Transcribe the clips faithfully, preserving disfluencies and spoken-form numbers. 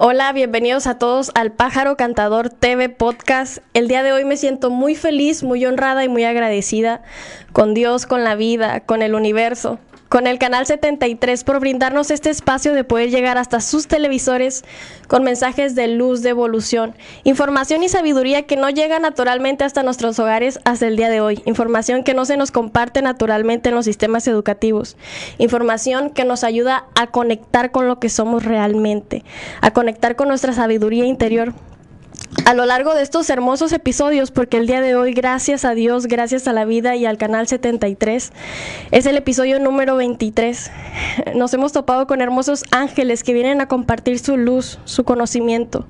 Hola, bienvenidos a todos al Pájaro Cantador T V Podcast. El día de hoy me siento muy feliz, muy honrada y muy agradecida con Dios, con la vida, con el universo, con el Canal setenta y tres por brindarnos este espacio de poder llegar hasta sus televisores con mensajes de luz, de evolución, información y sabiduría que no llega naturalmente hasta nuestros hogares hasta el día de hoy, información que no se nos comparte naturalmente en los sistemas educativos, información que nos ayuda a conectar con lo que somos realmente, a conectar con nuestra sabiduría interior. A lo largo de estos hermosos episodios, porque el día de hoy, gracias a Dios, gracias a la vida y al Canal setenta y tres, es el episodio número veintitrés. Nos hemos topado con hermosos ángeles que vienen a compartir su luz, su conocimiento,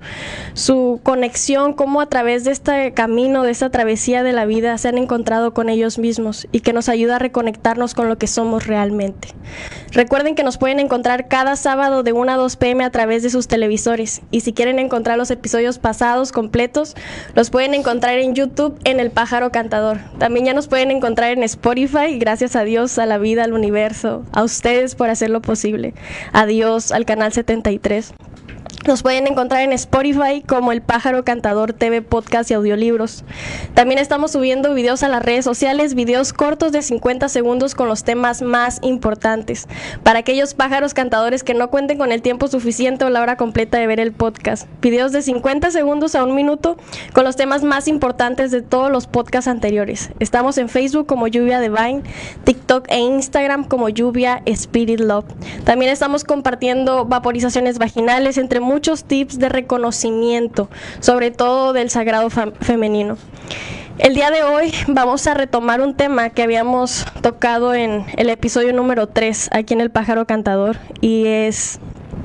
su conexión, cómo a través de este camino, de esta travesía de la vida, se han encontrado con ellos mismos y que nos ayuda a reconectarnos con lo que somos realmente. Recuerden que nos pueden encontrar cada sábado de una a dos pe eme a través de sus televisores, y si quieren encontrar los episodios pasados completos, los pueden encontrar en YouTube en El Pájaro Cantador. También ya nos pueden encontrar en Spotify, gracias a Dios, a la vida, al universo, a ustedes por hacerlo posible. Adiós al Canal setenta y tres. Nos pueden encontrar en Spotify como El Pájaro Cantador T V Podcast y audiolibros. También estamos subiendo videos a las redes sociales, videos cortos de cincuenta segundos con los temas más importantes, para aquellos pájaros cantadores que no cuenten con el tiempo suficiente o la hora completa de ver el podcast. Videos de cincuenta segundos a un minuto con los temas más importantes de todos los podcasts anteriores. Estamos en Facebook como Lluvia Divine, TikTok e Instagram como Lluvia Spirit Love. También estamos compartiendo vaporizaciones vaginales, entre muchos muchos tips de reconocimiento, sobre todo del sagrado femenino. El día de hoy vamos a retomar un tema que habíamos tocado en el episodio número tres aquí en El Pájaro Cantador, y es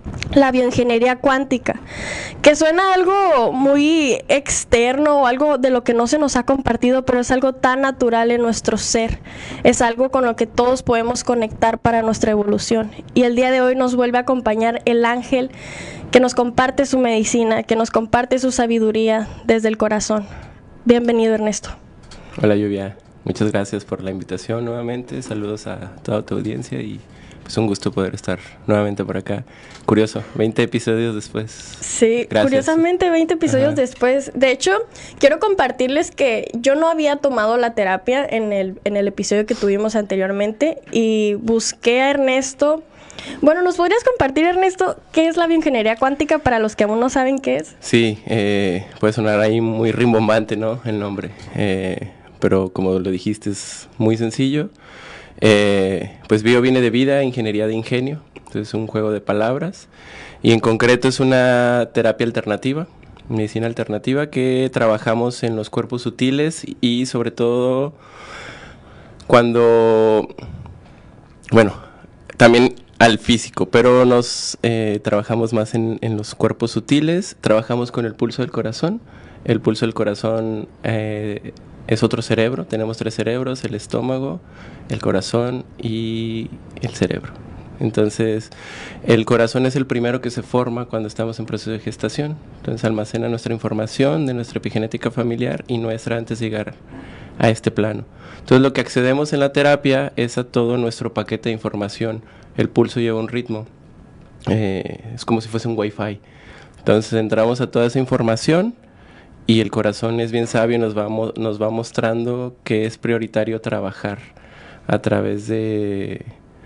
la bioingeniería cuántica, que suena algo muy externo o algo de lo que no se nos ha compartido, pero es algo tan natural en nuestro ser, es algo con lo que todos podemos conectar para nuestra evolución. Y el día de hoy nos vuelve a acompañar el ángel que nos comparte su medicina, que nos comparte su sabiduría desde el corazón. Bienvenido, Ernesto. Hola, Lluvia. Muchas gracias por la invitación nuevamente. Saludos a toda tu audiencia y es un gusto poder estar nuevamente por acá. Curioso, veinte episodios después. Sí, gracias. Curiosamente veinte episodios Ajá. después. De hecho, quiero compartirles que yo no había tomado la terapia en el, en el episodio que tuvimos anteriormente, y busqué a Ernesto. Bueno, ¿nos podrías compartir, Ernesto, qué es la bioingeniería cuántica para los que aún no saben qué es? Sí, eh, puede sonar ahí muy rimbombante, ¿no?, el nombre, eh, pero como lo dijiste es muy sencillo. Eh, pues bio viene de vida, ingeniería de ingenio, entonces es un juego de palabras, y en concreto es una terapia alternativa, medicina alternativa, que trabajamos en los cuerpos sutiles y sobre todo cuando, bueno, también al físico, pero nos eh, trabajamos más en, en los cuerpos sutiles. Trabajamos con el pulso del corazón. El pulso del corazón eh, es otro cerebro. Tenemos tres cerebros: el estómago, el corazón y el cerebro. Entonces, el corazón es el primero que se forma cuando estamos en proceso de gestación. Entonces, almacena nuestra información de nuestra epigenética familiar y nuestra antes de llegar a este plano. Entonces, lo que accedemos en la terapia es a todo nuestro paquete de información. El pulso lleva un ritmo, eh, es como si fuese un wifi. Entonces entramos a toda esa información y el corazón es bien sabio y nos va, nos va mostrando que es prioritario trabajar a través de,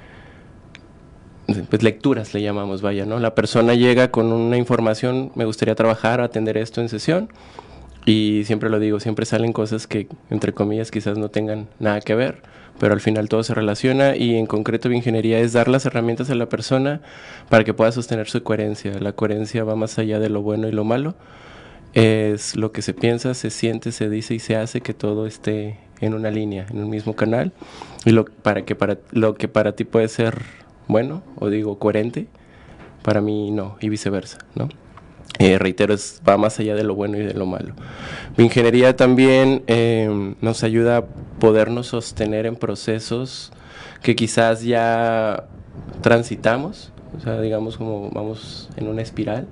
pues, lecturas, le llamamos, vaya, ¿no? La persona llega con una información: me gustaría trabajar, atender esto en sesión, y siempre lo digo, siempre salen cosas que, entre comillas, quizás no tengan nada que ver, pero al final todo se relaciona, y en concreto bioingeniería es dar las herramientas a la persona para que pueda sostener su coherencia. La coherencia va más allá de lo bueno y lo malo, es lo que se piensa, se siente, se dice y se hace, que todo esté en una línea, en un mismo canal, y lo, para que para, lo que para ti puede ser bueno, o digo coherente, para mí no, y viceversa, ¿no? Eh, reitero, es, va más allá de lo bueno y de lo malo. Bioingeniería también eh, nos ayuda a podernos sostener en procesos que quizás ya transitamos, o sea, digamos como vamos en una espiral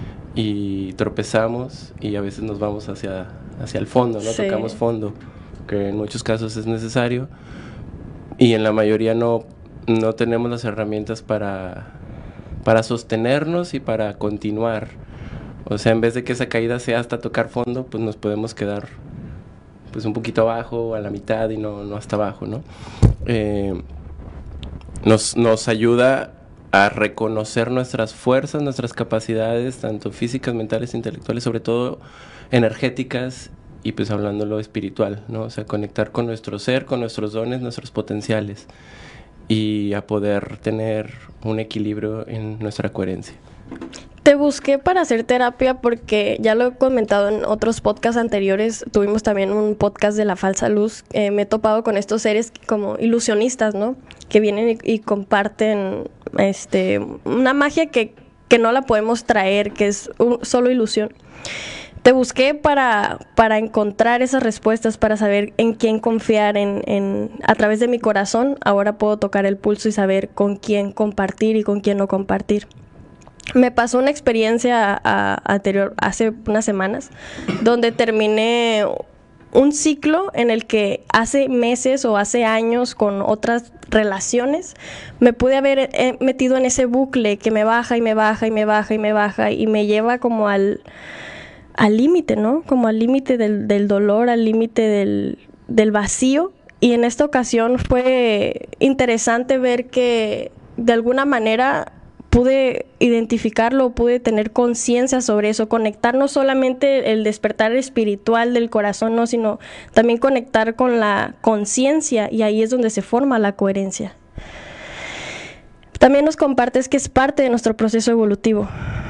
y tropezamos y a veces nos vamos hacia, hacia el fondo, ¿no? Sí. Tocamos fondo, que en muchos casos es necesario, y en la mayoría no, no tenemos las herramientas para, para sostenernos y para continuar O sea, en vez de que esa caída sea hasta tocar fondo, pues nos podemos quedar pues un poquito abajo, a la mitad y no, no hasta abajo, ¿no? Eh, nos, nos ayuda a reconocer nuestras fuerzas, nuestras capacidades, tanto físicas, mentales, intelectuales, sobre todo energéticas y pues hablando lo espiritual, ¿no? O sea, conectar con nuestro ser, con nuestros dones, nuestros potenciales y a poder tener un equilibrio en nuestra coherencia. Te busqué para hacer terapia porque ya lo he comentado en otros podcasts anteriores. Tuvimos también un podcast de la falsa luz. Eh, me he topado con estos seres como ilusionistas, ¿no? Que vienen y, y comparten este, una magia que, que no la podemos traer, que es un, solo ilusión. Te busqué para, para encontrar esas respuestas, para saber en quién confiar, en, en, a través de mi corazón. Ahora puedo tocar el pulso y saber con quién compartir y con quién no compartir. Me pasó una experiencia a, a, anterior, hace unas semanas, donde terminé un ciclo en el que hace meses o hace años con otras relaciones me pude haber eh, metido en ese bucle que me baja y me baja y me baja y me baja y me lleva como al al límite, ¿no? Como al límite del, del dolor, al límite del, del vacío. Y en esta ocasión fue interesante ver que de alguna manera pude identificarlo, pude tener conciencia sobre eso, conectar no solamente el despertar espiritual del corazón, no, sino también conectar con la conciencia, y ahí es donde se forma la coherencia. También nos compartes que es parte de nuestro proceso evolutivo.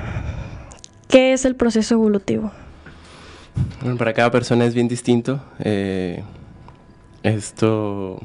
¿Qué es el proceso evolutivo? Bueno, para cada persona es bien distinto. Eh, esto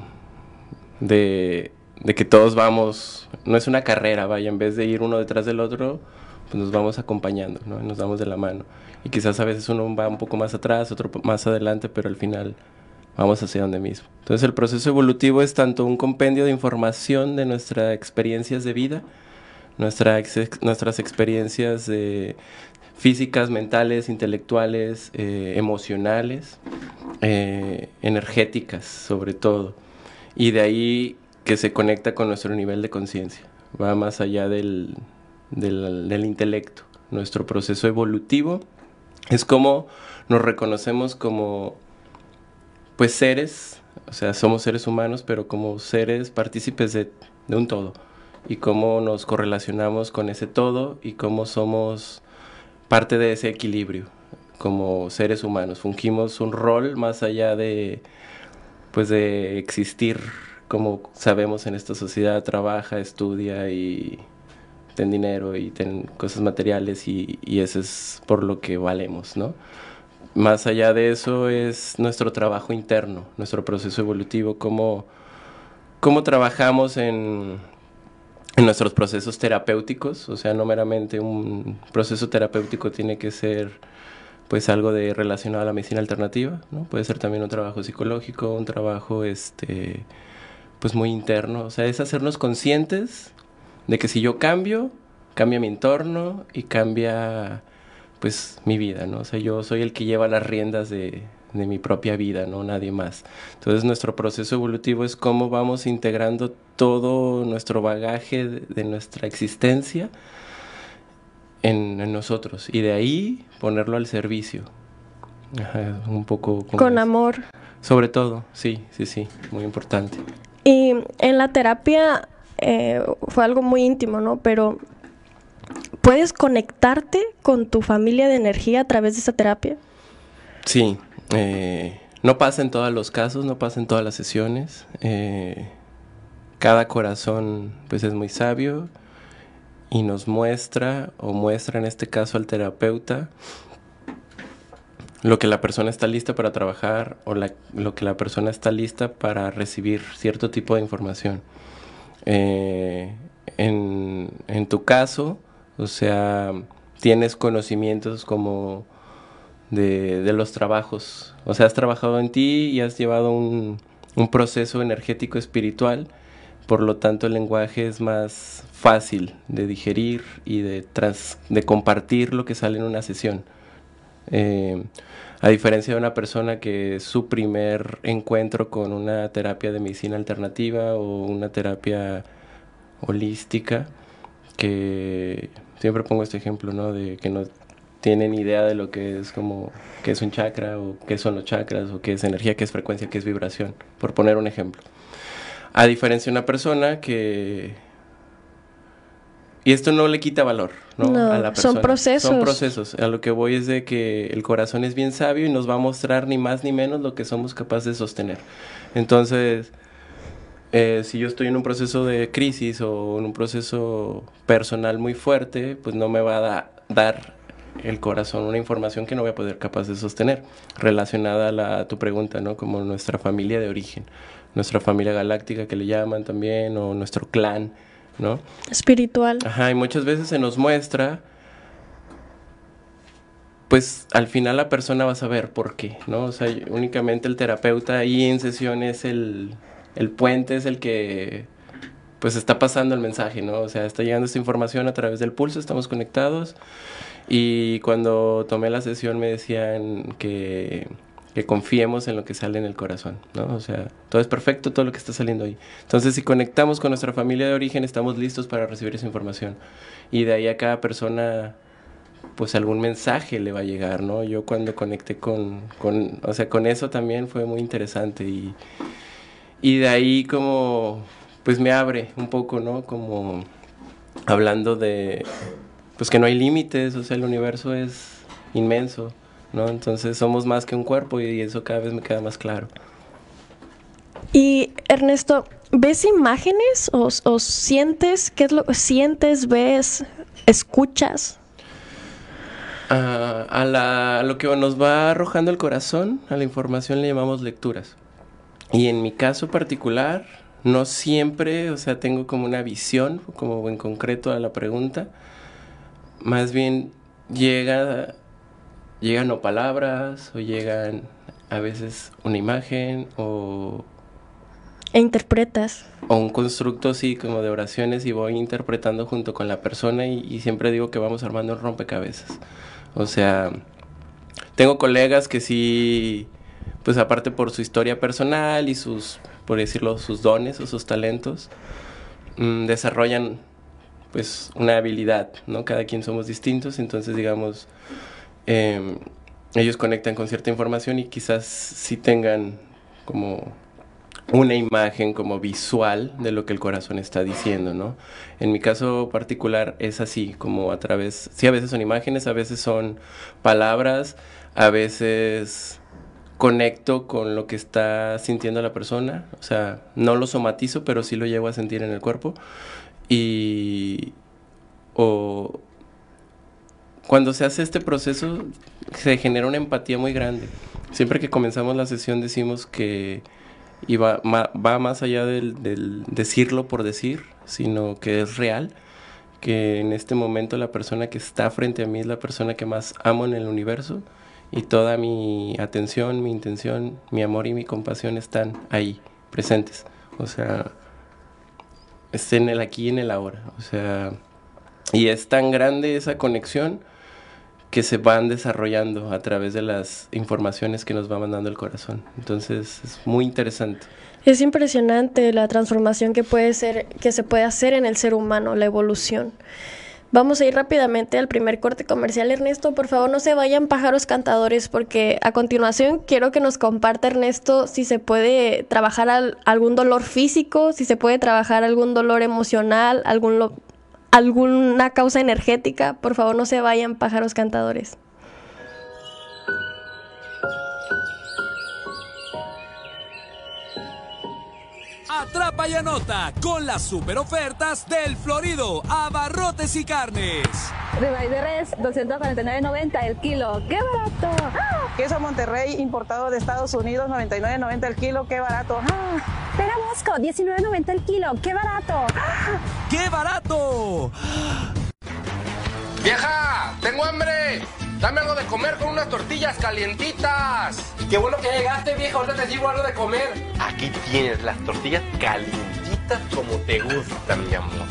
de, de que todos vamos, no es una carrera, vaya, en vez de ir uno detrás del otro, pues nos vamos acompañando, ¿no? Nos damos de la mano. Y quizás a veces uno va un poco más atrás, otro más adelante, pero al final vamos hacia donde mismo. Entonces el proceso evolutivo es tanto un compendio de información de nuestras experiencias de vida, nuestra ex, nuestras experiencias de físicas, mentales, intelectuales, eh, emocionales, eh, energéticas sobre todo. Y de ahí que se conecta con nuestro nivel de conciencia. Va más allá del, del, del intelecto. Nuestro proceso evolutivo es como nos reconocemos como pues seres, o sea, somos seres humanos, pero como seres partícipes de, de un todo. Y cómo nos correlacionamos con ese todo y cómo somos parte de ese equilibrio como seres humanos. Fungimos un rol más allá de pues de existir como sabemos en esta sociedad, trabaja, estudia y ten dinero y ten cosas materiales y, y eso es por lo que valemos, ¿no? Más allá de eso es nuestro trabajo interno, nuestro proceso evolutivo, cómo, cómo trabajamos en en nuestros procesos terapéuticos, o sea, no meramente un proceso terapéutico tiene que ser pues algo de relacionado a la medicina alternativa, ¿no? Puede ser también un trabajo psicológico, un trabajo este pues muy interno, o sea, es hacernos conscientes de que si yo cambio, cambia mi entorno y cambia pues mi vida, ¿no? O sea, yo soy el que lleva las riendas de de mi propia vida, no nadie más. Entonces nuestro proceso evolutivo es cómo vamos integrando todo nuestro bagaje de, de nuestra existencia en, en nosotros y de ahí ponerlo al servicio. Ajá, un poco con es. amor. Sobre todo, sí, sí, sí, muy importante. Y en la terapia eh, fue algo muy íntimo, ¿no? Pero ¿puedes conectarte con tu familia de energía a través de esa terapia? Sí. Eh, no pasa en todos los casos, no pasa en todas las sesiones. Eh, cada corazón pues es muy sabio y nos muestra, o muestra en este caso al terapeuta, lo que la persona está lista para trabajar o la, lo que la persona está lista para recibir cierto tipo de información. Eh, en, en tu caso, o sea, tienes conocimientos como De, de los trabajos, o sea, has trabajado en ti y has llevado un, un proceso energético espiritual, por lo tanto el lenguaje es más fácil de digerir y de, trans, de compartir lo que sale en una sesión. Eh, a diferencia de una persona que es su primer encuentro con una terapia de medicina alternativa o una terapia holística, que siempre pongo este ejemplo, ¿no? De que no tienen idea de lo que es como qué es un chakra o qué son los chakras o qué es energía, qué es frecuencia, qué es vibración, por poner un ejemplo. A diferencia de una persona que... Y esto no le quita valor, ¿no? No, a la persona. Son procesos. Son procesos. A lo que voy es de que el corazón es bien sabio y nos va a mostrar ni más ni menos lo que somos capaces de sostener. Entonces, eh, si yo estoy en un proceso de crisis o en un proceso personal muy fuerte, pues no me va a da- dar el corazón una información que no voy a poder capaz de sostener, relacionada a, la, a tu pregunta, ¿no? Como nuestra familia de origen, nuestra familia galáctica que le llaman también, o nuestro clan, ¿no? Espiritual. Ajá, y muchas veces se nos muestra, pues al final la persona va a saber por qué, ¿no? O sea, únicamente el terapeuta ahí en sesión es el, el puente, es el que pues está pasando el mensaje, ¿no? O sea, está llegando esta información a través del pulso, estamos conectados, y cuando tomé la sesión me decían que... que confiemos en lo que sale en el corazón, ¿no? O sea, todo es perfecto, todo lo que está saliendo ahí. Entonces, si conectamos con nuestra familia de origen, estamos listos para recibir esa información. Y de ahí a cada persona, pues algún mensaje le va a llegar, ¿no? Yo cuando conecté con, con o sea, con eso también fue muy interesante. Y, y de ahí como, pues me abre un poco, ¿no? Como hablando de, pues que no hay límites, o sea, el universo es inmenso, ¿no? Entonces somos más que un cuerpo y eso cada vez me queda más claro. Y Ernesto, ¿ves imágenes o, o sientes? ¿Qué es lo que sientes, ves, escuchas? Uh, a, la, a lo que nos va arrojando el corazón, a la información le llamamos lecturas. Y en mi caso particular, no siempre, o sea, tengo como una visión, como en concreto a la pregunta. Más bien llega... Llegan o palabras, o llegan a veces una imagen, o... E interpretas. O un constructo, sí, como de oraciones, y voy interpretando junto con la persona, y, y siempre digo que vamos armando un rompecabezas. O sea, tengo colegas que sí, pues aparte por su historia personal y sus, por decirlo, sus dones o sus talentos, mmm, desarrollan, pues, una habilidad, ¿no? Cada quien somos distintos, entonces, digamos... Eh, ellos conectan con cierta información y quizás sí tengan como una imagen como visual de lo que el corazón está diciendo, ¿no? En mi caso particular es así, como a través, sí, a veces son imágenes, a veces son palabras, a veces conecto con lo que está sintiendo la persona, o sea, no lo somatizo, pero sí lo llevo a sentir en el cuerpo, y... o... Cuando se hace este proceso, se genera una empatía muy grande. Siempre que comenzamos la sesión decimos que iba, ma, va más allá del, del decirlo por decir, sino que es real, que en este momento la persona que está frente a mí es la persona que más amo en el universo, y toda mi atención, mi intención, mi amor y mi compasión están ahí, presentes. O sea, es en el aquí y en el ahora. O sea, y es tan grande esa conexión que se van desarrollando a través de las informaciones que nos va mandando el corazón. Entonces es muy interesante. Es impresionante la transformación que puede ser, que se puede hacer en el ser humano, la evolución. Vamos a ir rápidamente al primer corte comercial. Ernesto, por favor, no se vayan, pájaros cantadores, porque a continuación quiero que nos comparta, Ernesto, si se puede trabajar al, algún dolor físico, si se puede trabajar algún dolor emocional, algún lo, alguna causa energética. Por favor, no se vayan, pájaros cantadores. Atrapa y anota con las super ofertas del Florido Abarrotes y Carnes. Ribeye de res, doscientos cuarenta y nueve noventa el kilo. ¡Qué barato! ¡Ah! Queso Monterrey importado de Estados Unidos, noventa y nueve noventa el kilo. ¡Qué barato! ¡Ah! Pera Bosco, diecinueve noventa el kilo. ¡Qué barato! ¡Ah! ¡Qué barato! ¡Vieja! ¡Tengo hambre! ¡Dame algo de comer con unas tortillas calientitas! ¡Qué bueno que llegaste, vieja! Ahorita te sirvo algo de comer. Aquí tienes las tortillas calientitas como te gustan, mi amor.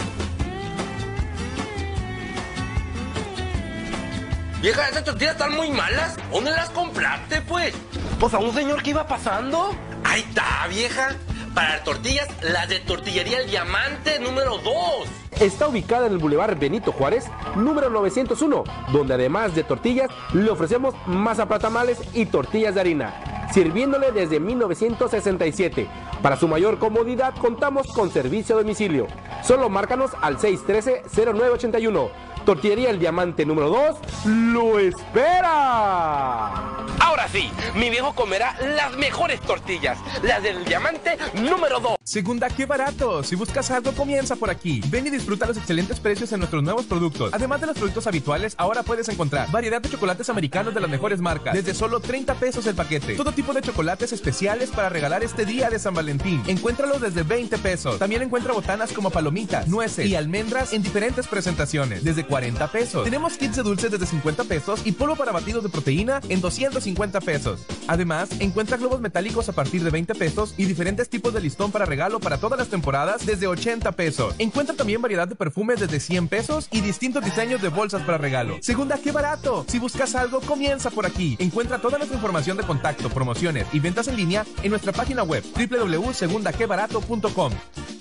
Vieja, esas tortillas están muy malas. ¿Dónde las compraste, pues? Pues a un señor que iba pasando. Ahí está, vieja. Para tortillas, las de Tortillería El Diamante número dos. Está ubicada en el Boulevard Benito Juárez, número novecientos uno, donde además de tortillas, le ofrecemos masa para tamales y tortillas de harina, sirviéndole desde mil novecientos sesenta y siete. Para su mayor comodidad, contamos con servicio a domicilio. Solo márcanos al seis uno tres, cero nueve ocho uno. Tortillería El Diamante número dos lo espera. Ahora sí, mi viejo comerá las mejores tortillas, las del Diamante número dos. Segunda, qué barato. Si buscas algo, comienza por aquí. Ven y disfruta los excelentes precios en nuestros nuevos productos. Además de los productos habituales, ahora puedes encontrar variedad de chocolates americanos de las mejores marcas, desde solo treinta pesos el paquete. Todo tipo de chocolates especiales para regalar este día de San Valentín. Encuéntralos desde veinte pesos. También encuentra botanas como palomitas, nueces y almendras en diferentes presentaciones, desde cuarenta pesos. Tenemos kits de dulces desde cincuenta pesos y polvo para batidos de proteína en doscientos cincuenta pesos. Además, encuentra globos metálicos a partir de veinte pesos y diferentes tipos de listón para regalo para todas las temporadas desde ochenta pesos. Encuentra también variedad de perfumes desde cien pesos y distintos diseños de bolsas para regalo. Segunda, qué barato. Si buscas algo, comienza por aquí. Encuentra toda nuestra información de contacto, promociones y ventas en línea en nuestra página web doble u doble u doble u punto segunda que barato punto com.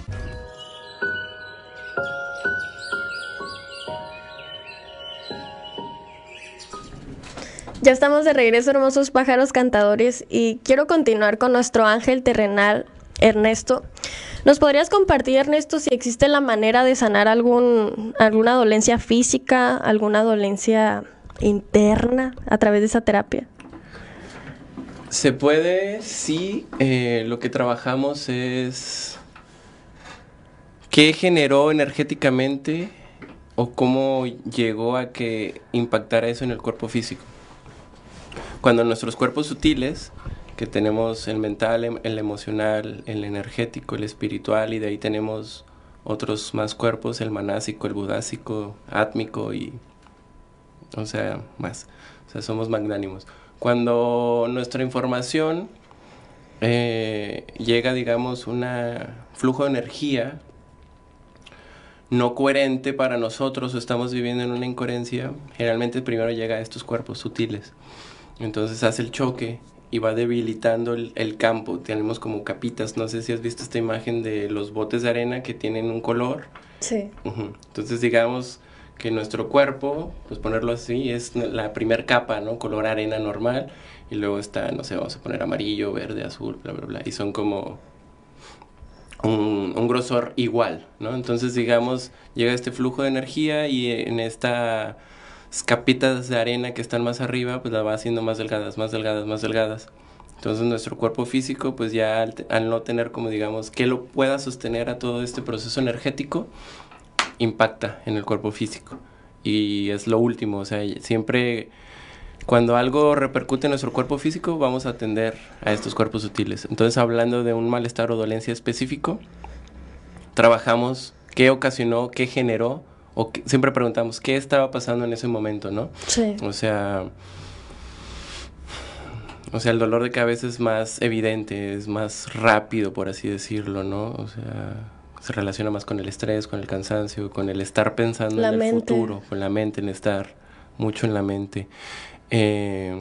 Ya estamos de regreso, hermosos pájaros cantadores, y quiero continuar con nuestro ángel terrenal, Ernesto. ¿Nos podrías compartir, Ernesto, si existe la manera de sanar algún, alguna dolencia física, alguna dolencia interna a través de esa terapia? Se puede, sí. Eh, lo que trabajamos es qué generó energéticamente o cómo llegó a que impactara eso en el cuerpo físico. Cuando nuestros cuerpos sutiles, que tenemos el mental, el emocional, el energético, el espiritual, y de ahí tenemos otros más cuerpos, el manásico, el budásico, átmico y, o sea, más. O sea, somos magnánimos. Cuando nuestra información eh, llega, digamos, un flujo de energía no coherente para nosotros o estamos viviendo en una incoherencia, generalmente primero llega a estos cuerpos sutiles. Entonces hace el choque y va debilitando el, el campo. Tenemos como capitas. No sé si has visto esta imagen de los botes de arena que tienen un color. Sí. Uh-huh. Entonces digamos que nuestro cuerpo, pues ponerlo así, es la primer capa, ¿no? Color arena normal. Y luego está, no sé, vamos a poner amarillo, verde, azul, bla, bla, bla. Y son como un, un grosor igual, ¿no? Entonces digamos, llega este flujo de energía y en esta capitas de arena que están más arriba, pues la va haciendo más delgadas, más delgadas, más delgadas. Entonces nuestro cuerpo físico, pues ya al, al no tener como digamos que lo pueda sostener a todo este proceso energético, impacta en el cuerpo físico. Y es lo último, o sea, siempre cuando algo repercute en nuestro cuerpo físico, vamos a atender a estos cuerpos sutiles. Entonces, hablando de un malestar o dolencia específico, trabajamos qué ocasionó, qué generó, o que, siempre preguntamos qué estaba pasando en ese momento, ¿no? Sí. O sea, o sea, el dolor de cabeza es más evidente, es más rápido, por así decirlo, ¿no? O sea, se relaciona más con el estrés, con el cansancio, con el estar pensando la en mente. el futuro, con la mente, en estar mucho en la mente. Eh,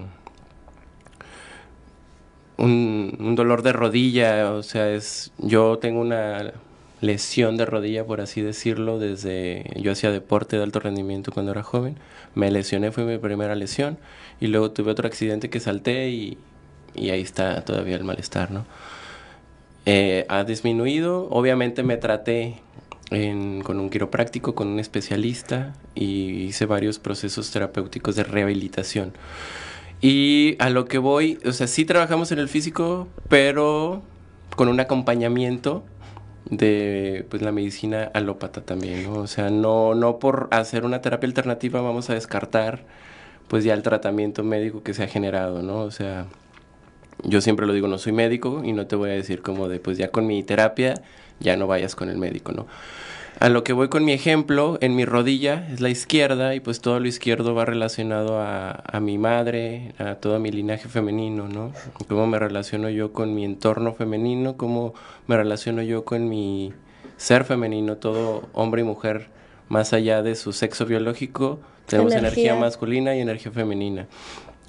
un, un dolor de rodilla, o sea, es yo tengo una lesión de rodilla, por así decirlo, desde yo hacía deporte de alto rendimiento cuando era joven, me lesioné, fue mi primera lesión, y luego tuve otro accidente que salté y, y ahí está todavía el malestar, ¿no? Eh, ha disminuido, obviamente me traté en, con un quiropráctico, con un especialista, y hice varios procesos terapéuticos de rehabilitación. Y a lo que voy, o sea, sí trabajamos en el físico, pero con un acompañamiento de pues la medicina alópata también, ¿no? O sea, no, no por hacer una terapia alternativa vamos a descartar pues ya el tratamiento médico que se ha generado, ¿no? O sea, yo siempre lo digo, no soy médico y no te voy a decir como de pues ya con mi terapia ya no vayas con el médico, ¿no? A lo que voy con mi ejemplo, en mi rodilla es la izquierda y pues todo lo izquierdo va relacionado a, a mi madre, a todo mi linaje femenino, ¿no? Cómo me relaciono yo con mi entorno femenino, cómo me relaciono yo con mi ser femenino, todo hombre y mujer, más allá de su sexo biológico, tenemos energía, energía masculina y energía femenina,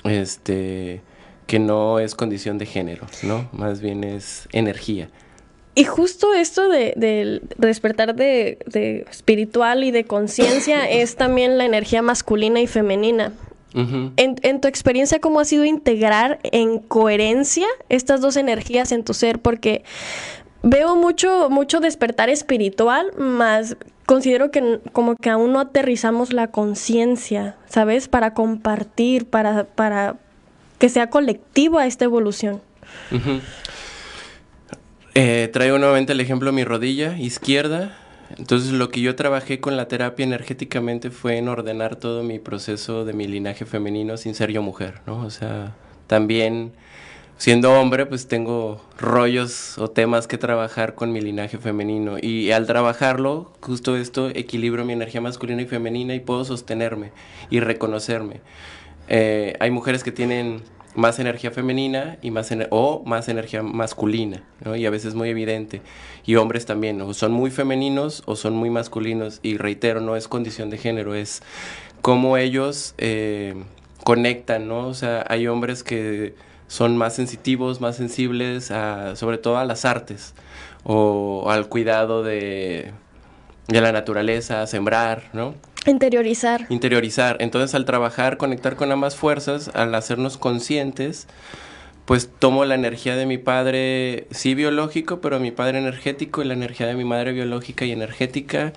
este, que no es condición de género, ¿no? Más bien es energía. Y justo esto de, de despertar de, de espiritual y de conciencia es también la energía masculina y femenina. Uh-huh. En, en tu experiencia, ¿cómo ha sido integrar en coherencia estas dos energías en tu ser? Porque veo mucho, mucho despertar espiritual, más considero que como que aún no aterrizamos la conciencia, ¿sabes? Para compartir, para, para que sea colectivo a esta evolución. Uh-huh. Eh, traigo nuevamente el ejemplo de mi rodilla izquierda. Entonces lo que yo trabajé con la terapia energéticamente fue en ordenar todo mi proceso de mi linaje femenino sin ser yo mujer, ¿no? O sea, también siendo hombre pues tengo rollos o temas que trabajar con mi linaje femenino, y al trabajarlo, justo esto, equilibro mi energía masculina y femenina y puedo sostenerme y reconocerme. Eh, hay mujeres que tienen más energía femenina y más ener- o más energía masculina, ¿no? Y a veces es muy evidente. Y hombres también, o son muy femeninos o son muy masculinos. Y reitero, no es condición de género, es cómo ellos eh, conectan, ¿no? O sea, hay hombres que son más sensitivos, más sensibles, a, sobre todo a las artes o al cuidado de, de la naturaleza, a sembrar, ¿no? Interiorizar. Interiorizar. Entonces, al trabajar, conectar con ambas fuerzas, al hacernos conscientes, pues tomo la energía de mi padre, sí biológico, pero mi padre energético, y la energía de mi madre biológica y energética,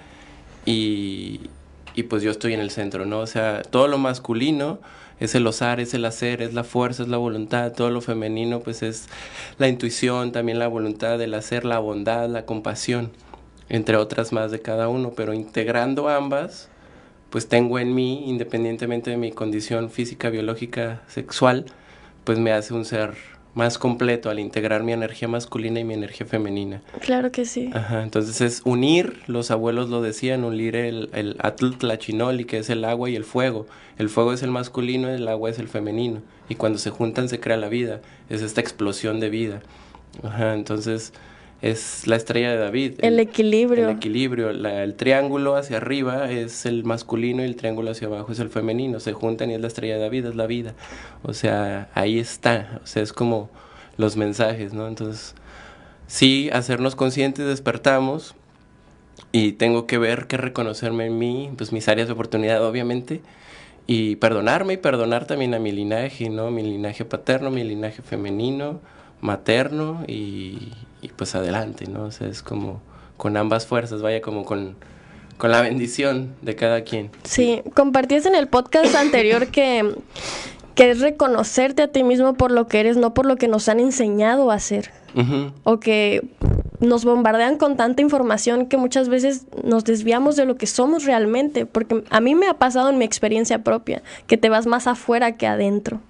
y, y pues yo estoy en el centro, ¿no? O sea, todo lo masculino es el osar, es el hacer, es la fuerza, es la voluntad. Todo lo femenino, pues es la intuición, también la voluntad, el hacer, la bondad, la compasión, entre otras más de cada uno, pero integrando ambas, pues tengo en mí, independientemente de mi condición física, biológica, sexual, pues me hace un ser más completo al integrar mi energía masculina y mi energía femenina. Claro que sí. Ajá, entonces es unir, los abuelos lo decían, unir el, el Atl-Tlachinoli, que es el agua y el fuego. El fuego es el masculino, el agua es el femenino. Y cuando se juntan se crea la vida, es esta explosión de vida. Ajá, entonces es la estrella de David. El, el equilibrio. El equilibrio. La, el triángulo hacia arriba es el masculino y el triángulo hacia abajo es el femenino. Se juntan y es la estrella de David, es la vida. O sea, ahí está. O sea, es como los mensajes, ¿no? Entonces, sí, hacernos conscientes, despertamos, y tengo que ver, que reconocerme en mí, pues mis áreas de oportunidad, obviamente, y perdonarme y perdonar también a mi linaje, ¿no? Mi linaje paterno, mi linaje femenino, materno, y, y pues adelante, ¿no? O sea, es como con ambas fuerzas, vaya, como con, con la bendición de cada quien. Sí, compartías en el podcast anterior que, que es reconocerte a ti mismo por lo que eres, no por lo que nos han enseñado a hacer. Uh-huh. O que nos bombardean con tanta información que muchas veces nos desviamos de lo que somos realmente, porque a mí me ha pasado en mi experiencia propia, que te vas más afuera que adentro.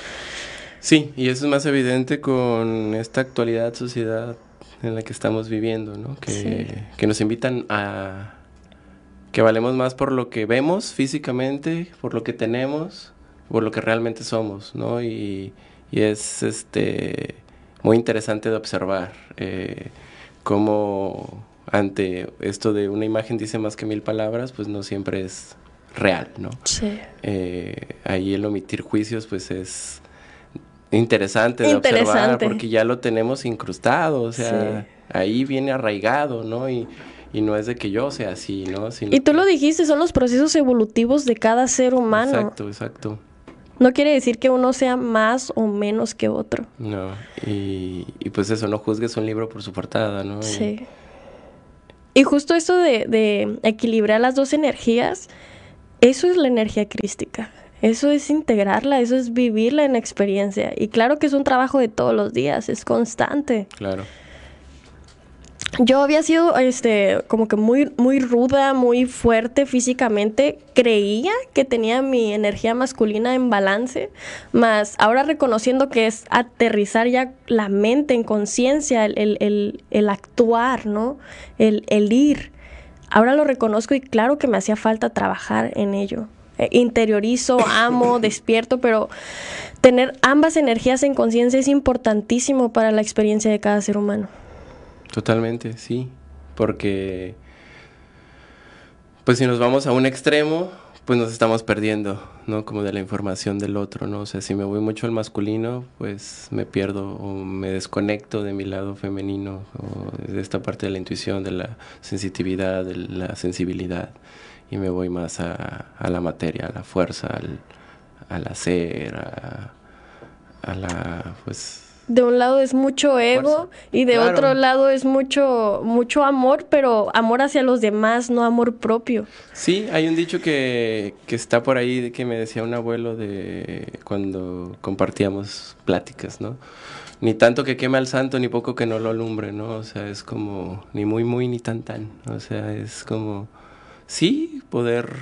Sí, y eso es más evidente con esta actualidad, sociedad en la que estamos viviendo, ¿no? Que, sí. que nos invitan a que valemos más por lo que vemos físicamente, por lo que tenemos, por lo que realmente somos, ¿no? Y, y es este muy interesante de observar eh, cómo ante esto de una imagen dice más que mil palabras, pues no siempre es real, ¿no? Sí. Eh, ahí el omitir juicios, pues es interesante de interesante. observar, porque ya lo tenemos incrustado, o sea, sí. ahí viene arraigado, ¿no? Y, y no es de que yo sea así, ¿no? Sino y tú lo dijiste, son los procesos evolutivos de cada ser humano. Exacto, exacto. No quiere decir que uno sea más o menos que otro. No, y, y pues eso, no juzgues un libro por su portada, ¿no? Sí. Y, y justo eso de, de equilibrar las dos energías, eso es la energía crística. Eso es integrarla, eso es vivirla en experiencia. Y claro que es un trabajo de todos los días, es constante. Claro. Yo había sido este como que muy, muy ruda, muy fuerte físicamente. Creía que tenía mi energía masculina en balance, mas ahora reconociendo que es aterrizar ya la mente en conciencia, el, el, el, el actuar, ¿no? El, el ir. Ahora lo reconozco y claro que me hacía falta trabajar en ello. Interiorizo, amo, despierto, pero tener ambas energías en conciencia es importantísimo para la experiencia de cada ser humano. Totalmente, sí, porque pues si nos vamos a un extremo, pues nos estamos perdiendo, ¿no? Como de la información del otro, ¿no? O sea, si me voy mucho al masculino, pues me pierdo o me desconecto de mi lado femenino, o de esta parte de la intuición, de la sensitividad, de la sensibilidad, y me voy más a, a la materia, a la fuerza, al, al hacer, a, a la, pues... De un lado es mucho ego Fuerza. y de Claro. otro lado es mucho mucho amor, pero amor hacia los demás, no amor propio. Sí, hay un dicho que, que está por ahí de que me decía un abuelo de cuando compartíamos pláticas, ¿no? Ni tanto que queme al santo, ni poco que no lo alumbre, ¿no? O sea, es como ni muy, muy, ni tan, tan. O sea, es como, sí, poder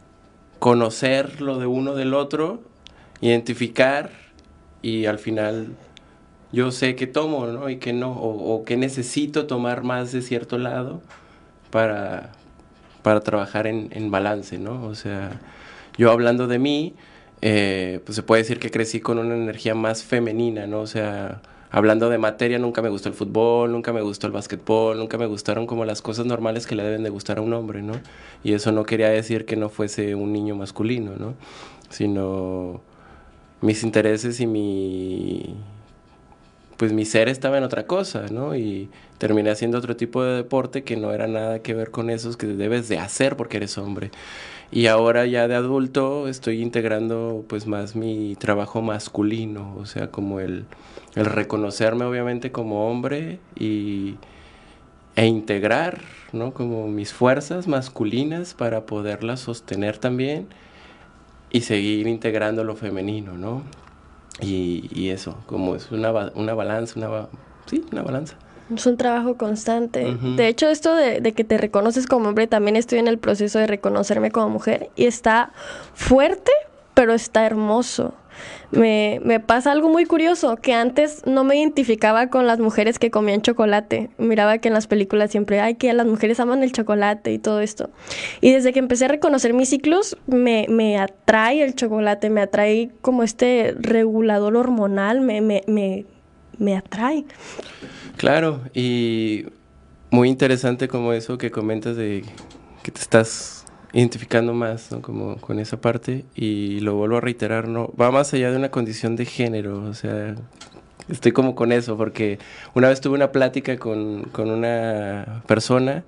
conocer lo de uno del otro, identificar y al final... yo sé que tomo, ¿no? Y que no, o, o que necesito tomar más de cierto lado para, para trabajar en, en balance, ¿no? O sea, yo hablando de mí, eh, pues se puede decir que crecí con una energía más femenina, ¿no? O sea, hablando de materia, nunca me gustó el fútbol, nunca me gustó el básquetbol, nunca me gustaron como las cosas normales que le deben de gustar a un hombre, ¿no? Y eso no quería decir que no fuese un niño masculino, ¿no? Sino mis intereses y mi... pues mi ser estaba en otra cosa, ¿no? Y terminé haciendo otro tipo de deporte que no era nada que ver con esos que debes de hacer porque eres hombre. Y ahora ya de adulto estoy integrando pues más mi trabajo masculino, o sea, como el, el reconocerme obviamente como hombre y, e integrar, ¿no? Como mis fuerzas masculinas para poderlas sostener también y seguir integrando lo femenino, ¿no? Y, y eso, como es una, una balanza, una, ba- sí, una balanza. Es un trabajo constante. Ujú. De hecho, esto de, de que te reconoces como hombre, también estoy en el proceso de reconocerme como mujer y está fuerte, pero está hermoso. Me, me pasa algo muy curioso, que antes no me identificaba con las mujeres que comían chocolate. Miraba que en las películas siempre, ay, que las mujeres aman el chocolate y todo esto. Y desde que empecé a reconocer mis ciclos, me, me atrae el chocolate, me atrae como este regulador hormonal, me, me, me, me atrae. Claro, y muy interesante como eso que comentas de que te estás identificando más, ¿no? Como con esa parte, y lo vuelvo a reiterar, no va más allá de una condición de género, o sea, estoy como con eso, porque una vez tuve una plática con, con una persona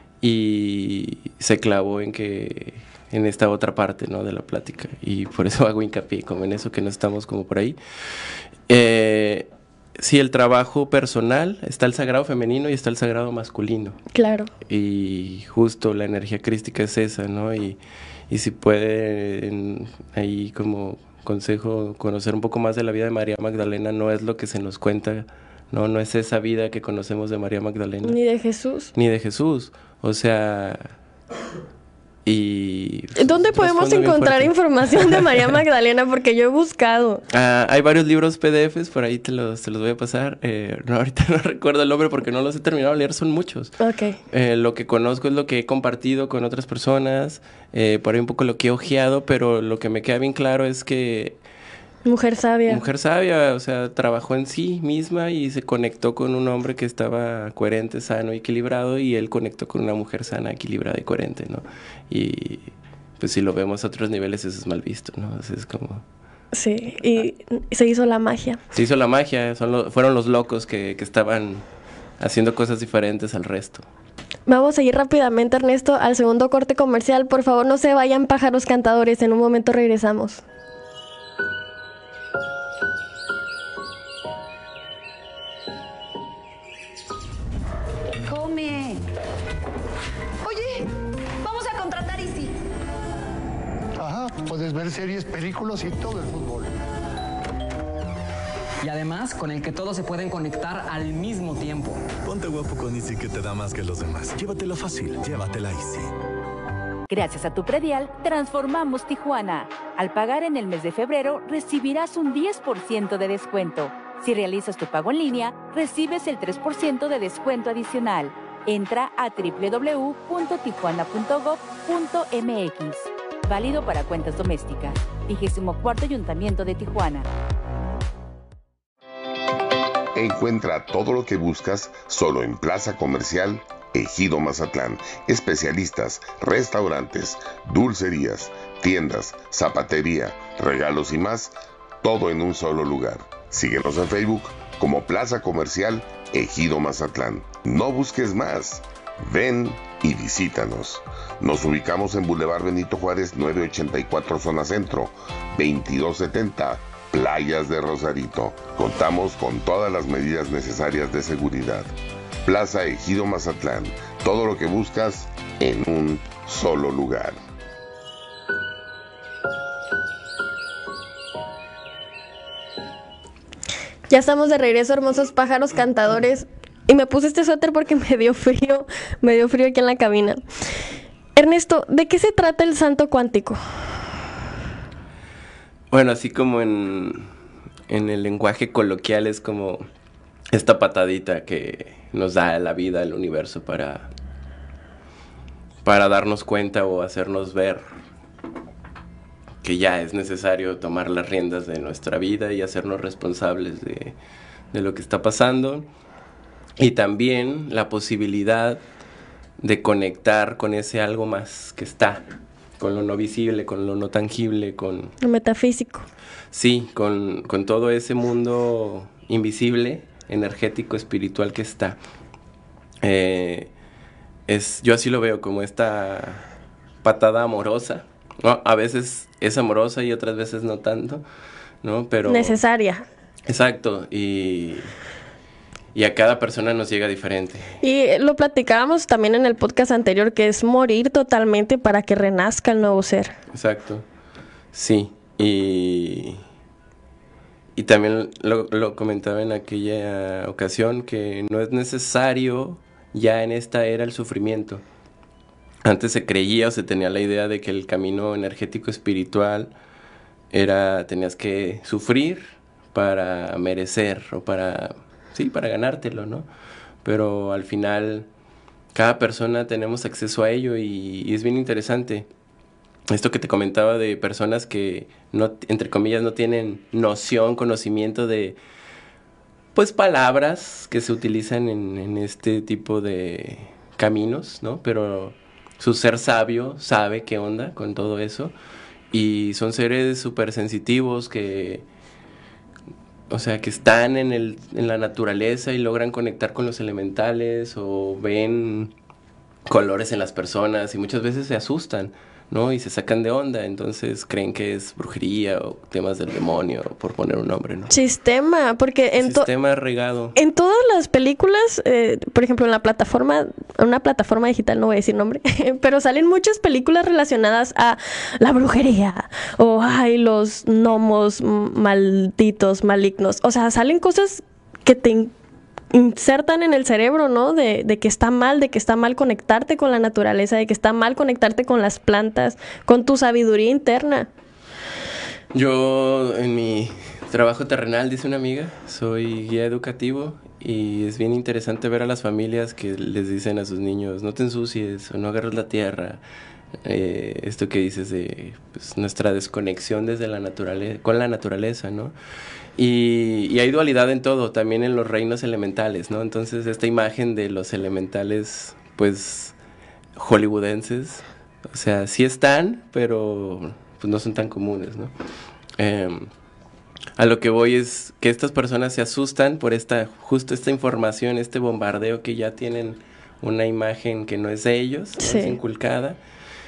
y se clavó en que en esta otra parte, ¿no? De la plática, y por eso hago hincapié como en eso, que no estamos como por ahí. Eh, sí, el trabajo personal, está el sagrado femenino y está el sagrado masculino. Claro. Y justo la energía crística es esa, ¿no? Y, y si pueden ahí como consejo conocer un poco más de la vida de María Magdalena, no es lo que se nos cuenta, no, no es esa vida que conocemos de María Magdalena. Ni de Jesús. Ni de Jesús. O sea, y... ¿Dónde podemos trasfondo bien encontrar fuerte. información de María Magdalena? Porque yo he buscado. Ah, hay varios libros P D Fs, por ahí te los, te los voy a pasar. Eh, no, ahorita no recuerdo el nombre porque no los he terminado de leer, son muchos. Ok. Eh, lo que conozco es lo que he compartido con otras personas, eh, por ahí un poco lo que he ojeado, pero lo que me queda bien claro es que Mujer sabia. mujer sabia, o sea, trabajó en sí misma y se conectó con un hombre que estaba coherente, sano y equilibrado, y él conectó con una mujer sana, equilibrada y coherente, ¿no? Y pues si lo vemos a otros niveles eso es mal visto, ¿no? O sea, es como... Sí, y se hizo la magia. Se hizo la magia, son lo- fueron los locos que, que estaban haciendo cosas diferentes al resto. Vamos a ir rápidamente, Ernesto, al segundo corte comercial. Por favor, no se vayan, pájaros cantadores. En un momento regresamos. Come. Oye, vamos a contratar Easy. Ajá, puedes ver series, películas y todo el fútbol. Y además, con el que todos se pueden conectar al mismo tiempo. Ponte guapo con Easy, que te da más que los demás. Llévatela fácil, llévatela Easy. Gracias a tu predial, transformamos Tijuana. Al pagar en el mes de febrero, recibirás un diez por ciento de descuento. Si realizas tu pago en línea, recibes el tres por ciento de descuento adicional. Entra a doble u doble u doble u punto tijuana punto gob punto m x. Válido para cuentas domésticas. vigésimo cuarto Ayuntamiento de Tijuana. Encuentra todo lo que buscas solo en Plaza Comercial Ejido Mazatlán. Especialistas, restaurantes, dulcerías, tiendas, zapatería, regalos y más, todo en un solo lugar. Síguenos en Facebook como Plaza Comercial Ejido Mazatlán. No busques más. Ven y visítanos. Nos ubicamos en Boulevard Benito Juárez novecientos ochenta y cuatro Zona Centro, veintidós setenta, Playas de Rosarito. Contamos con todas las medidas necesarias de seguridad. Plaza Ejido Mazatlán. Todo lo que buscas en un solo lugar. Ya estamos de regreso, hermosos pájaros cantadores. Y me puse este suéter porque me dio frío, me dio frío aquí en la cabina. Ernesto, ¿de qué se trata el salto cuántico? Bueno, así como en, en el lenguaje coloquial es como esta patadita que nos da la vida, el universo, para, para darnos cuenta o hacernos ver que ya es necesario tomar las riendas de nuestra vida y hacernos responsables de, de lo que está pasando. Y también la posibilidad de conectar con ese algo más que está, con lo no visible, con lo no tangible, con... Lo metafísico. Sí, con, con todo ese mundo invisible, energético, espiritual que está. Eh, es, yo así lo veo, como esta patada amorosa, ¿no? A veces es amorosa y otras veces no tanto, ¿no? Pero... Necesaria. Exacto, y... Y a cada persona nos llega diferente. Y lo platicábamos también en el podcast anterior, que es morir totalmente para que renazca el nuevo ser. Exacto. Sí. Y, y también lo, lo comentaba en aquella ocasión, que no es necesario ya en esta era el sufrimiento. Antes se creía o se tenía la idea de que el camino energético espiritual era, tenías que sufrir para merecer o para... Sí, para ganártelo, ¿no? Pero al final, cada persona tenemos acceso a ello y, y es bien interesante. Esto que te comentaba de personas que, no, entre comillas, no tienen noción, conocimiento de, pues, palabras que se utilizan en, en este tipo de caminos, ¿no? Pero su ser sabio sabe qué onda con todo eso y son seres súper sensitivos que... O sea, que están en, el, en la naturaleza y logran conectar con los elementales o ven colores en las personas y muchas veces se asustan, ¿no? Y se sacan de onda, entonces creen que es brujería o temas del demonio, por poner un nombre, ¿no? Sistema, porque en to- Sistema regado. En todas las películas, eh, por ejemplo, en la plataforma, una plataforma digital, no voy a decir nombre, pero salen muchas películas relacionadas a la brujería o ay, los gnomos malditos, malignos. O sea, salen cosas que te in- insertan en el cerebro, ¿no? De, de que está mal, de que está mal conectarte con la naturaleza, de que está mal conectarte con las plantas, con tu sabiduría interna. Yo, en mi trabajo terrenal, dice una amiga, soy guía educativo y es bien interesante ver a las familias que les dicen a sus niños, no te ensucies o no agarres la tierra. Eh, esto que dices de pues, nuestra desconexión desde la naturaleza, con la naturaleza, ¿no? Y, y hay dualidad en todo, también en los reinos elementales, ¿no? Entonces esta imagen de los elementales, pues, hollywoodenses, o sea, sí están, pero pues no son tan comunes, ¿no? Eh, a lo que voy es que estas personas se asustan por esta, justo esta información, este bombardeo que ya tienen una imagen que no es de ellos, ¿no? Sí. Es inculcada.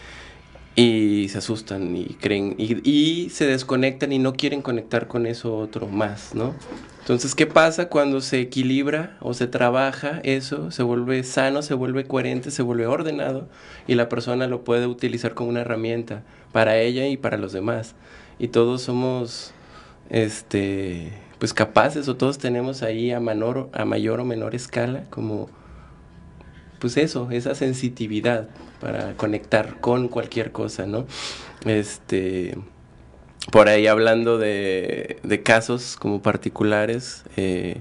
Y se asustan y creen, y, y se desconectan y no quieren conectar con eso otro más, ¿no? Entonces, ¿qué pasa cuando se equilibra o se trabaja eso? Se vuelve sano, se vuelve coherente, se vuelve ordenado y la persona lo puede utilizar como una herramienta para ella y para los demás. Y todos somos, este, pues capaces o todos tenemos ahí a, menor, a mayor o menor escala como, pues eso, esa sensitividad para conectar con cualquier cosa, ¿no? Este, por ahí hablando de, de casos como particulares, eh,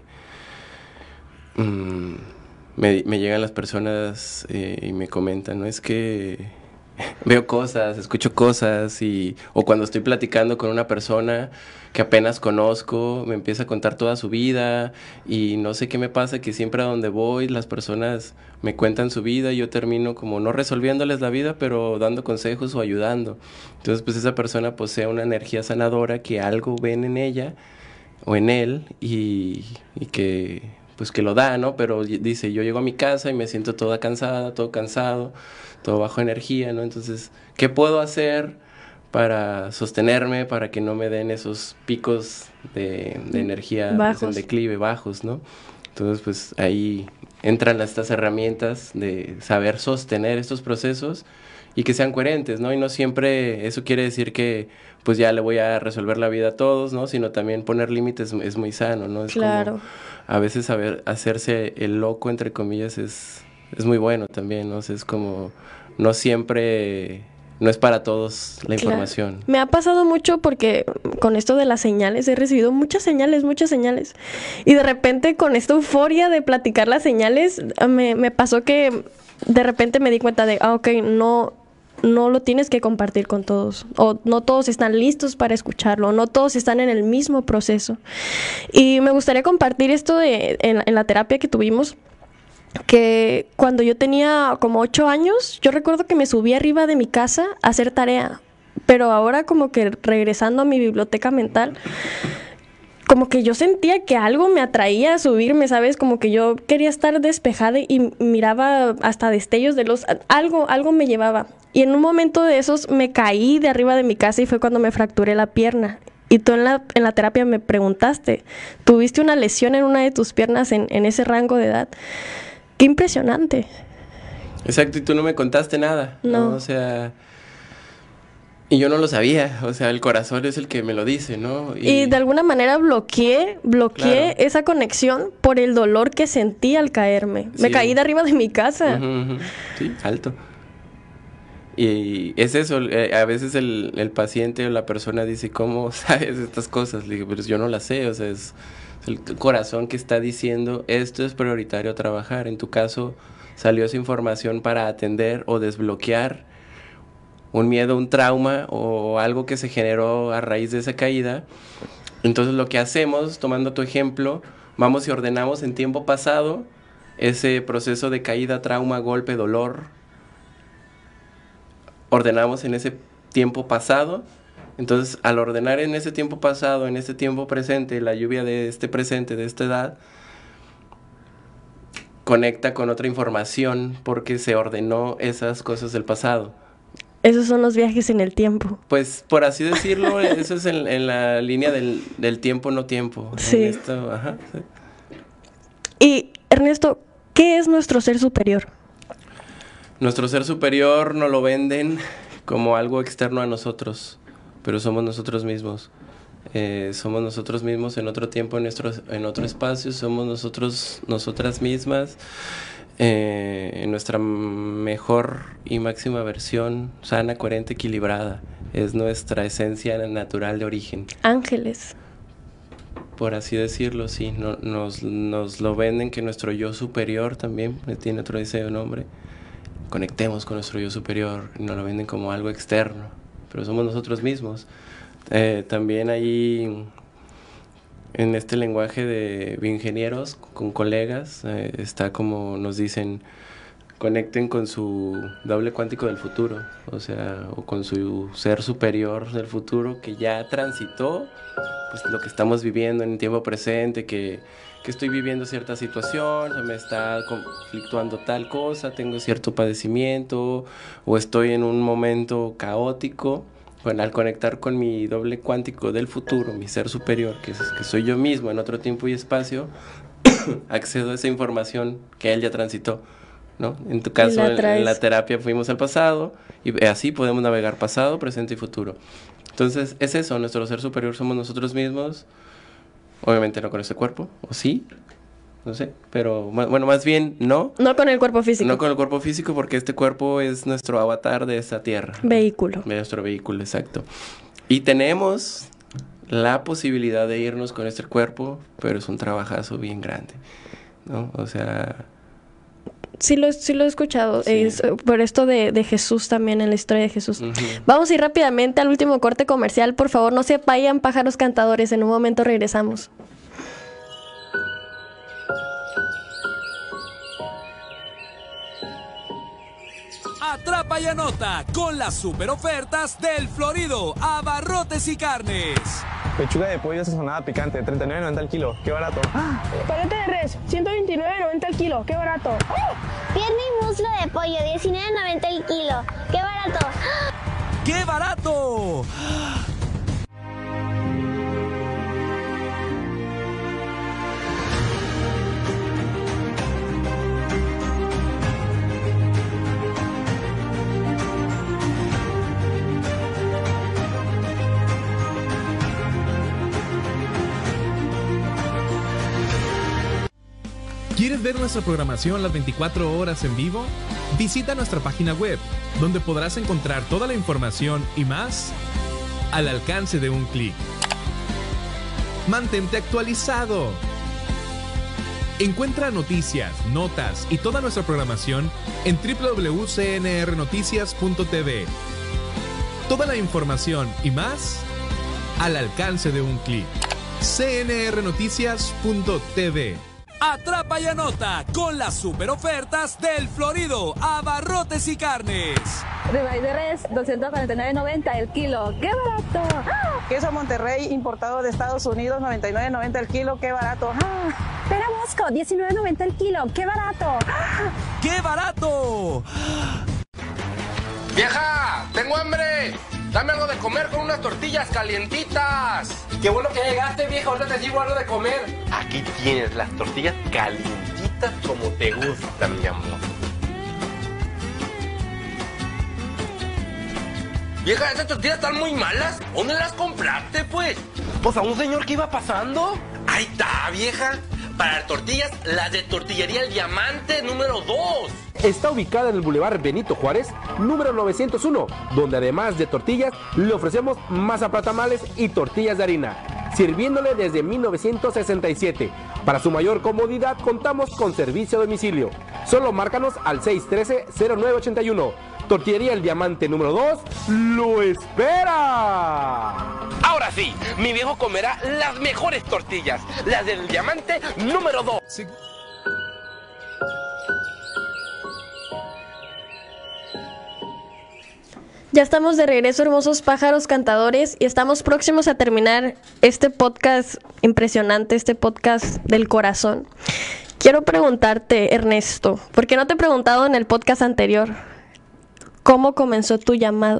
mmm, me, me llegan las personas eh, y me comentan, ¿no? Es que veo cosas, escucho cosas y o cuando estoy platicando con una persona que apenas conozco, me empieza a contar toda su vida y no sé qué me pasa, que siempre a donde voy las personas me cuentan su vida y yo termino como no resolviéndoles la vida, pero dando consejos o ayudando. Entonces, pues esa persona posee una energía sanadora que algo ven en ella o en él y, y que pues que lo da, ¿no? Pero dice, yo llego a mi casa y me siento toda cansada, todo cansado, todo bajo energía, ¿no? Entonces, ¿qué puedo hacer para sostenerme, para que no me den esos picos de, de energía pues, en declive, bajos, ¿no? Entonces, pues ahí entran estas herramientas de saber sostener estos procesos y que sean coherentes, ¿no? Y no siempre eso quiere decir que pues ya le voy a resolver la vida a todos, ¿no? Sino también poner límites es muy sano, ¿no? Es claro. Como, a veces saber hacerse el loco, entre comillas, es, es muy bueno también, ¿no? O sea, es como, no siempre, no es para todos la información. Claro. Me ha pasado mucho porque con esto de las señales he recibido muchas señales, muchas señales. Y de repente con esta euforia de platicar las señales, me, me pasó que de repente me di cuenta de, ah, ok, no... no lo tienes que compartir con todos, o no todos están listos para escucharlo, no todos están en el mismo proceso. Y me gustaría compartir esto de, en, en la terapia que tuvimos, que cuando yo tenía como ocho años, yo recuerdo que me subí arriba de mi casa a hacer tarea, pero ahora como que regresando a mi biblioteca mental, como que yo sentía que algo me atraía a subirme, ¿sabes? Como que yo quería estar despejada y miraba hasta destellos de luz, algo, algo me llevaba. Y en un momento de esos me caí de arriba de mi casa y fue cuando me fracturé la pierna. Y tú en la, en la terapia me preguntaste, ¿tuviste una lesión en una de tus piernas en, en ese rango de edad? ¡Qué impresionante! Exacto, y tú no me contaste nada, ¿no? ¿no? O sea... Y yo no lo sabía, o sea, el corazón es el que me lo dice, ¿no? Y, y de alguna manera bloqueé, bloqueé claro. esa conexión por el dolor que sentí al caerme. Sí. Me caí de arriba de mi casa. Uh-huh, uh-huh. Sí, alto. Y es eso, eh, a veces el, el paciente o la persona dice, ¿cómo sabes estas cosas? Le digo, pero yo no las sé, o sea, es, es el corazón que está diciendo, esto es prioritario trabajar. En tu caso, salió esa información para atender o desbloquear un miedo, un trauma o algo que se generó a raíz de esa caída. Entonces lo que hacemos, tomando tu ejemplo, vamos y ordenamos en tiempo pasado ese proceso de caída, trauma, golpe, dolor. Ordenamos en ese tiempo pasado. Entonces al ordenar en ese tiempo pasado, en ese tiempo presente, la lluvia de este presente, de esta edad, conecta con otra información porque se ordenó esas cosas del pasado. Esos son los viajes en el tiempo. Pues, por así decirlo, eso es en, en la línea del, del tiempo, no tiempo. Sí. En esto, ajá, sí. Y, Ernesto, ¿qué es nuestro ser superior? Nuestro ser superior nos lo venden como algo externo a nosotros, pero somos nosotros mismos. Eh, somos nosotros mismos en otro tiempo, en, nuestro, en otro espacio, somos nosotros, nosotras mismas. Eh, en nuestra mejor y máxima versión, sana, coherente, equilibrada. Es nuestra esencia natural de origen. Ángeles. Por así decirlo, sí. No, nos, nos lo venden que nuestro yo superior también tiene otro deseo nombre. Conectemos con nuestro yo superior. Nos lo venden como algo externo, pero somos nosotros mismos. Eh, también ahí... En este lenguaje de bioingenieros, con colegas, eh, está como nos dicen, conecten con su doble cuántico del futuro, o sea, o con su ser superior del futuro que ya transitó pues, lo que estamos viviendo en el tiempo presente, que, que estoy viviendo cierta situación, se me está conflictuando tal cosa, tengo cierto padecimiento, o estoy en un momento caótico. Bueno, al conectar con mi doble cuántico del futuro, mi ser superior, que, es, que soy yo mismo en otro tiempo y espacio, accedo a esa información que él ya transitó, ¿no? En tu caso, en, en la terapia fuimos al pasado y así podemos navegar pasado, presente y futuro. Entonces, es eso, nuestro ser superior somos nosotros mismos, obviamente no con este cuerpo, ¿o sí? No sé, pero bueno, más bien no. No con el cuerpo físico. No con el cuerpo físico porque este cuerpo es nuestro avatar de esta tierra. Vehículo. Nuestro vehículo, exacto. Y tenemos la posibilidad de irnos con este cuerpo, pero es un trabajazo bien grande, ¿no? O sea, Sí lo, sí lo he escuchado, Sí. es, por esto de, de Jesús también, en la historia de Jesús. Ujú. Vamos a ir rápidamente al último corte comercial, por favor, no se vayan, pájaros cantadores, en un momento regresamos. Atrapa y anota con las super ofertas del Florido Abarrotes y Carnes. Pechuga de pollo sazonada picante, treinta y nueve noventa el kilo. ¡Qué barato! Paleta de res, ciento veintinueve noventa el kilo. ¡Qué barato! Pierna y muslo de pollo, diecinueve noventa el kilo. ¡Qué barato! ¡Qué barato! ¿Quieres ver nuestra programación las veinticuatro horas en vivo? Visita nuestra página web, donde podrás encontrar toda la información y más al alcance de un clic. Mantente actualizado. Encuentra noticias, notas y toda nuestra programación en doble u doble u doble u punto c n r noticias punto t v. Toda la información y más al alcance de un clic. c n r noticias punto t v. Atrapa y anota con las super ofertas del Florido Abarrotes y Carnes. Ribeye de res, doscientos cuarenta y nueve noventa el kilo. ¡Qué barato! Queso Monterrey importado de Estados Unidos, noventa y nueve noventa el kilo. ¡Qué barato! Pera Bosco, diecinueve noventa el kilo. ¡Qué barato! ¡Qué barato! ¡Vieja! ¡Tengo hambre! ¡Dame algo de comer con unas tortillas calientitas! Qué bueno que llegaste, vieja. Ahorita te sirvo algo de comer. Aquí tienes las tortillas calientitas como te gustan, mi amor. Vieja, esas tortillas están muy malas. ¿Dónde las compraste, pues? Pues a un señor que iba pasando. Ahí está, vieja. Para las tortillas, las de Tortillería El Diamante número dos. Está ubicada en el Boulevard Benito Juárez, número novecientos uno, donde además de tortillas, le ofrecemos masa para tamales y tortillas de harina, sirviéndole desde mil novecientos sesenta y siete. Para su mayor comodidad, contamos con servicio a domicilio. Solo márcanos al seis uno tres, cero nueve ocho uno. Tortillería El Diamante número dos lo espera. Ahora sí, mi viejo comerá las mejores tortillas, las del Diamante número dos. Sí. Ya estamos de regreso, hermosos pájaros cantadores, y estamos próximos a terminar este podcast impresionante, este podcast del corazón. Quiero preguntarte, Ernesto, porque no te he preguntado en el podcast anterior, ¿cómo comenzó tu llamado?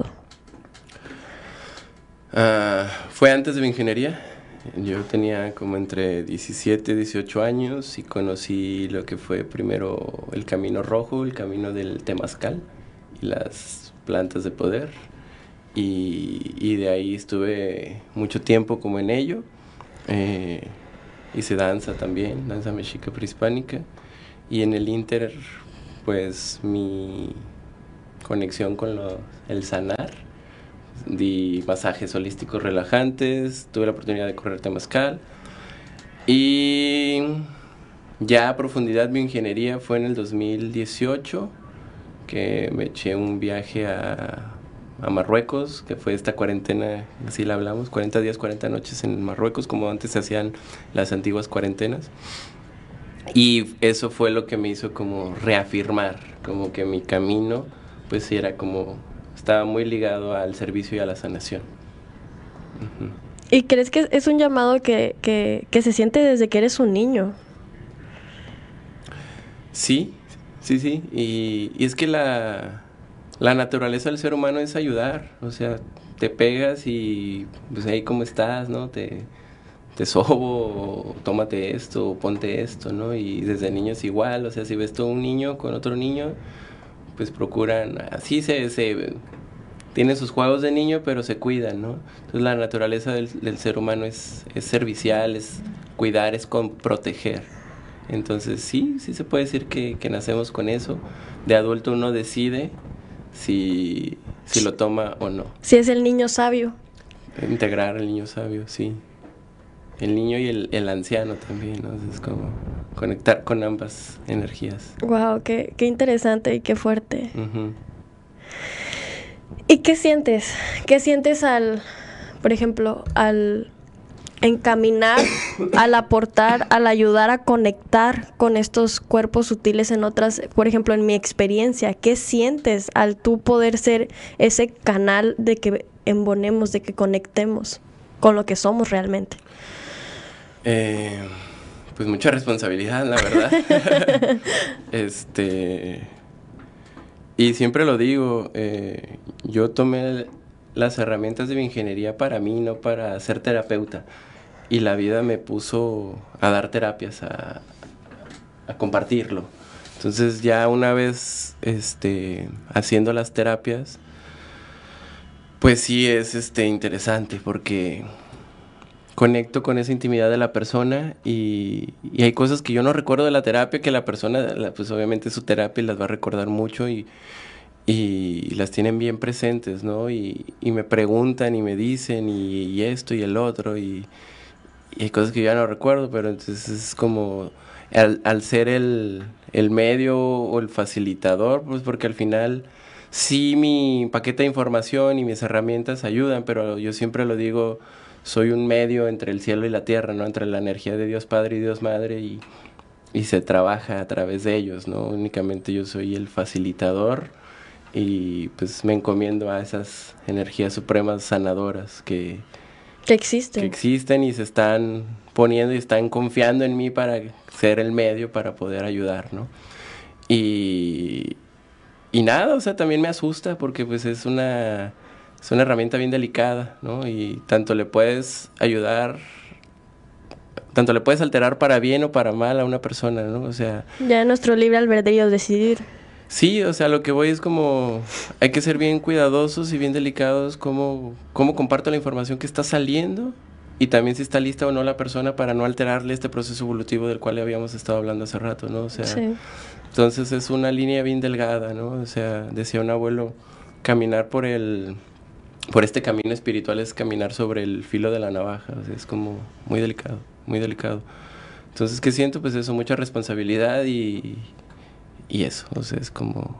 Uh, fue antes de mi ingeniería. Yo tenía como entre diecisiete, dieciocho años y conocí lo que fue primero el Camino Rojo, el camino del Temazcal y las plantas de poder. Y, y de ahí estuve mucho tiempo como en ello. Eh, hice danza también, danza mexica prehispánica. Y en el Inter, pues mi conexión con lo, el sanar. Di masajes holísticos relajantes, tuve la oportunidad de correr temazcal y ya a profundidad mi ingeniería fue en el dos mil dieciocho, que me eché un viaje a, a Marruecos, que fue esta cuarentena, así la hablamos, cuarenta días, cuarenta noches en Marruecos, como antes se hacían las antiguas cuarentenas. Y eso fue lo que me hizo como reafirmar, como que mi camino pues era como... estaba muy ligado al servicio y a la sanación. Uh-huh. ¿Y crees que es un llamado que, que, que se siente desde que eres un niño? Sí, sí, sí. Y, y es que la, la naturaleza del ser humano es ayudar. O sea, te pegas y pues ahí cómo estás, ¿no? Te, te sobo, o tómate esto, o ponte esto, ¿no? Y desde niños igual. O sea, si ves tú un niño con otro niño, pues procuran, así se, se tienen sus juegos de niño, pero se cuidan, ¿no? Entonces la naturaleza del, del ser humano es, es servicial, es cuidar, es con proteger. Entonces sí, sí se puede decir que, que nacemos con eso. De adulto uno decide si, si lo toma o no. Si es el niño sabio. Integrar al niño sabio, sí. El niño y el, el anciano también, ¿no? Es como conectar con ambas energías. Wow, qué, qué interesante y qué fuerte. Uh-huh. ¿Y qué sientes? ¿Qué sientes al, por ejemplo, al encaminar, al aportar, al ayudar a conectar con estos cuerpos sutiles en otras, por ejemplo, en mi experiencia? ¿Qué sientes al tú poder ser ese canal de que embonemos, de que conectemos con lo que somos realmente? Eh, pues mucha responsabilidad, la verdad. este y siempre lo digo, eh, yo tomé las herramientas de mi ingeniería para mí, no para ser terapeuta. Y la vida me puso a dar terapias, a, a compartirlo. Entonces ya una vez este, haciendo las terapias, pues sí es este, interesante porque conecto con esa intimidad de la persona y, y hay cosas que yo no recuerdo de la terapia que la persona, la, pues obviamente es su terapia y las va a recordar mucho y, y las tienen bien presentes, ¿no? Y, y me preguntan y me dicen y, y esto y el otro y, y hay cosas que yo ya no recuerdo, pero entonces es como al, al ser el, el medio o el facilitador, pues porque al final sí mi paquete de información y mis herramientas ayudan, pero yo siempre lo digo, soy un medio entre el cielo y la tierra, ¿no? Entre la energía de Dios Padre y Dios Madre y, y se trabaja a través de ellos, ¿no? Únicamente yo soy el facilitador y pues me encomiendo a esas energías supremas sanadoras que, que existen. que existen y se están poniendo y están confiando en mí para ser el medio para poder ayudar, ¿no? Y, y nada, o sea, también me asusta porque pues es una... es una herramienta bien delicada, ¿no? Y tanto le puedes ayudar, tanto le puedes alterar para bien o para mal a una persona, ¿no? O sea... ya nuestro libre albedrío decidir. Sí, o sea, lo que voy es como... hay que ser bien cuidadosos y bien delicados cómo, cómo comparto la información que está saliendo y también si está lista o no la persona para no alterarle este proceso evolutivo del cual habíamos estado hablando hace rato, ¿no? O sea, sí. Entonces es una línea bien delgada, ¿no? O sea, decía un abuelo, caminar por el... por este camino espiritual es caminar sobre el filo de la navaja, o sea, es como muy delicado, muy delicado. Entonces, ¿qué siento? Pues eso, mucha responsabilidad y, y eso, o sea, es como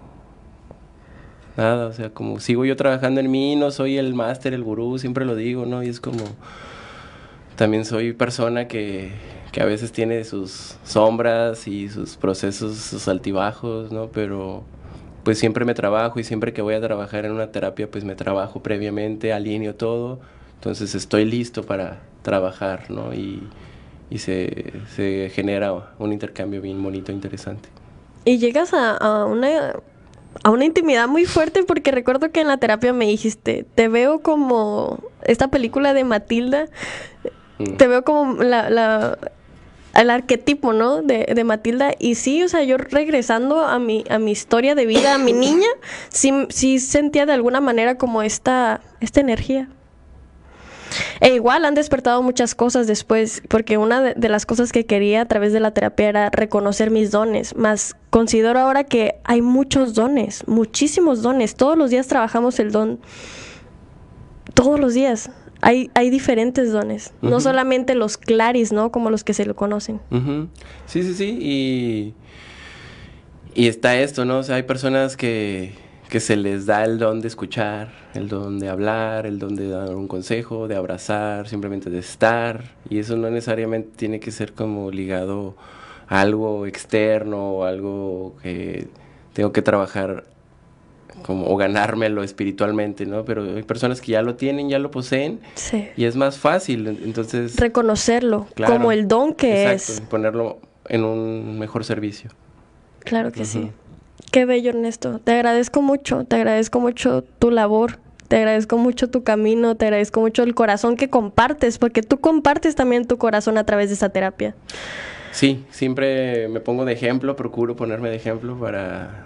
nada, o sea, como sigo yo trabajando en mí, no soy el máster, el gurú, siempre lo digo, ¿no? Y es como, también soy persona que, que a veces tiene sus sombras y sus procesos, sus altibajos, ¿no? Pero... pues siempre me trabajo y siempre que voy a trabajar en una terapia, pues me trabajo previamente, alineo todo, entonces estoy listo para trabajar, ¿no? Y, y se, se genera un intercambio bien bonito, interesante. Y llegas a, a una a una intimidad muy fuerte porque recuerdo que en la terapia me dijiste, te veo como esta película de Matilda, mm. te veo como la... la el arquetipo, ¿no? De, de Matilda. Y sí, o sea, yo regresando a mi, a mi historia de vida, a mi niña, sí, sí sentía de alguna manera como esta, esta energía. E igual han despertado muchas cosas después, porque una de, de las cosas que quería a través de la terapia era reconocer mis dones, más considero ahora que hay muchos dones, muchísimos dones. Todos los días trabajamos el don. Todos los días. Hay, hay diferentes dones, uh-huh. no solamente los claris, ¿no? Como los que se lo conocen. Uh-huh. Sí, sí, sí, y, y está esto, ¿no? O sea, hay personas que, que se les da el don de escuchar, el don de hablar, el don de dar un consejo, de abrazar, simplemente de estar, y eso no necesariamente tiene que ser como ligado a algo externo o algo que tengo que trabajar como o ganármelo espiritualmente, ¿no? Pero hay personas que ya lo tienen, ya lo poseen, sí. y es más fácil, entonces... reconocerlo, claro, como el don que exacto, es. Ponerlo en un mejor servicio. Claro que uh-huh. sí. Qué bello, Ernesto. Te agradezco mucho, te agradezco mucho tu labor, te agradezco mucho tu camino, te agradezco mucho el corazón que compartes, porque tú compartes también tu corazón a través de esta terapia. Sí, siempre me pongo de ejemplo, procuro ponerme de ejemplo para...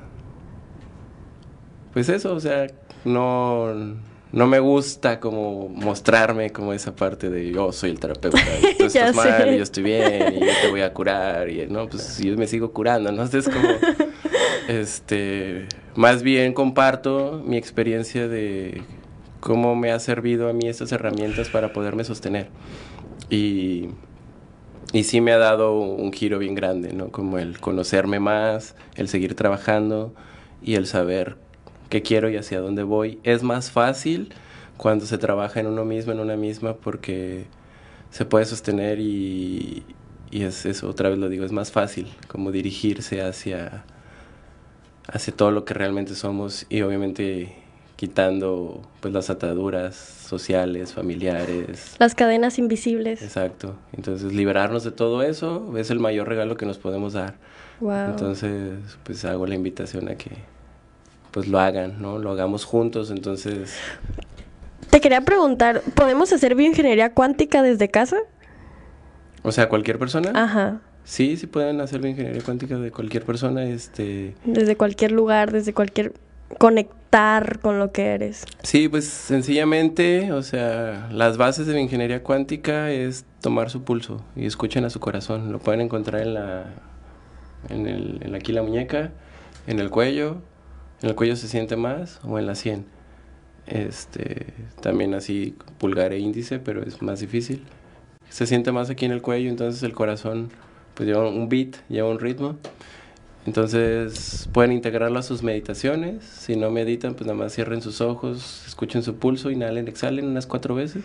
pues eso, o sea, no, no me gusta como mostrarme como esa parte de yo soy el terapeuta, y tú estás mal, y yo estoy bien, y yo te voy a curar, y no, pues yo me sigo curando, ¿no? Entonces como, este, más bien comparto mi experiencia de cómo me ha servido a mí estas herramientas para poderme sostener. Y, y sí me ha dado un giro bien grande, ¿no? Como el conocerme más, el seguir trabajando y el saber qué quiero y hacia dónde voy. Es más fácil cuando se trabaja en uno mismo, en una misma, porque se puede sostener y, y es eso, otra vez lo digo, es más fácil como dirigirse hacia, hacia todo lo que realmente somos y obviamente quitando pues las ataduras sociales, familiares. Las cadenas invisibles. Exacto. Entonces, liberarnos de todo eso es el mayor regalo que nos podemos dar. Wow. Entonces, pues hago la invitación a que pues lo hagan, ¿no? Lo hagamos juntos, entonces... Te quería preguntar, ¿podemos hacer bioingeniería cuántica desde casa? O sea, ¿cualquier persona? Ajá. Sí, sí pueden hacer bioingeniería cuántica de cualquier persona, este... Desde cualquier lugar, desde cualquier... conectar con lo que eres. Sí, pues sencillamente, o sea, las bases de bioingeniería cuántica es tomar su pulso y escuchen a su corazón. Lo pueden encontrar en la, en el, en aquí la muñeca, en el cuello, en el cuello se siente más o en la sien. Este, también así pulgar e índice, pero es más difícil. Se siente más aquí en el cuello, entonces el corazón pues lleva un beat, lleva un ritmo. Entonces pueden integrarlo a sus meditaciones. Si no meditan, pues nada más cierren sus ojos, escuchen su pulso, inhalen, exhalen unas cuatro veces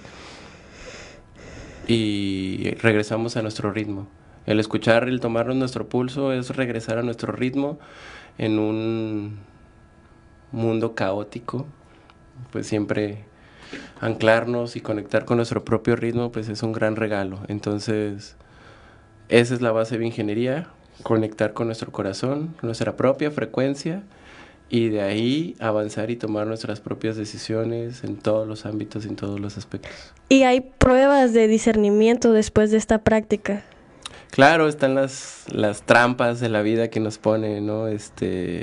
y regresamos a nuestro ritmo. El escuchar, el tomarnos nuestro pulso es regresar a nuestro ritmo en un mundo caótico. Pues siempre anclarnos y conectar con nuestro propio ritmo pues es un gran regalo. Entonces esa es la base de bioingeniería. Conectar con nuestro corazón, nuestra propia frecuencia y de ahí avanzar y tomar nuestras propias decisiones en todos los ámbitos, en todos los aspectos. ¿Y hay pruebas de discernimiento después de esta práctica? Claro, están las, las trampas de la vida que nos pone, ¿no? Este,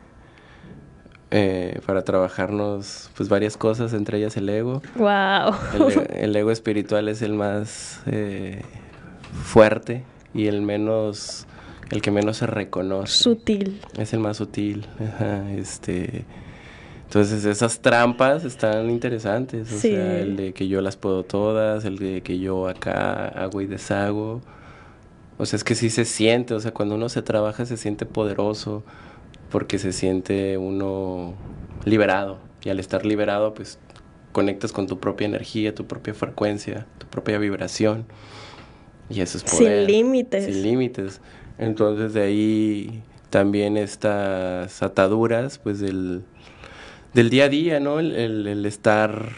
eh, para trabajarnos pues varias cosas, entre ellas el ego. ¡Wow! El, el ego espiritual es el más eh, fuerte y el menos... el que menos se reconoce. Sutil. Es el más sutil. Ajá, este... Entonces esas trampas están interesantes. O sí. sea, el de que yo las puedo todas, el de que yo acá hago y deshago. O sea, es que sí se siente. O sea, cuando uno se trabaja se siente poderoso porque se siente uno liberado. Y al estar liberado, pues conectas con tu propia energía, tu propia frecuencia, tu propia vibración. Y eso es poder. Sin límites. Sin límites. Entonces de ahí también estas ataduras pues del, del día a día, ¿no? El, el, el estar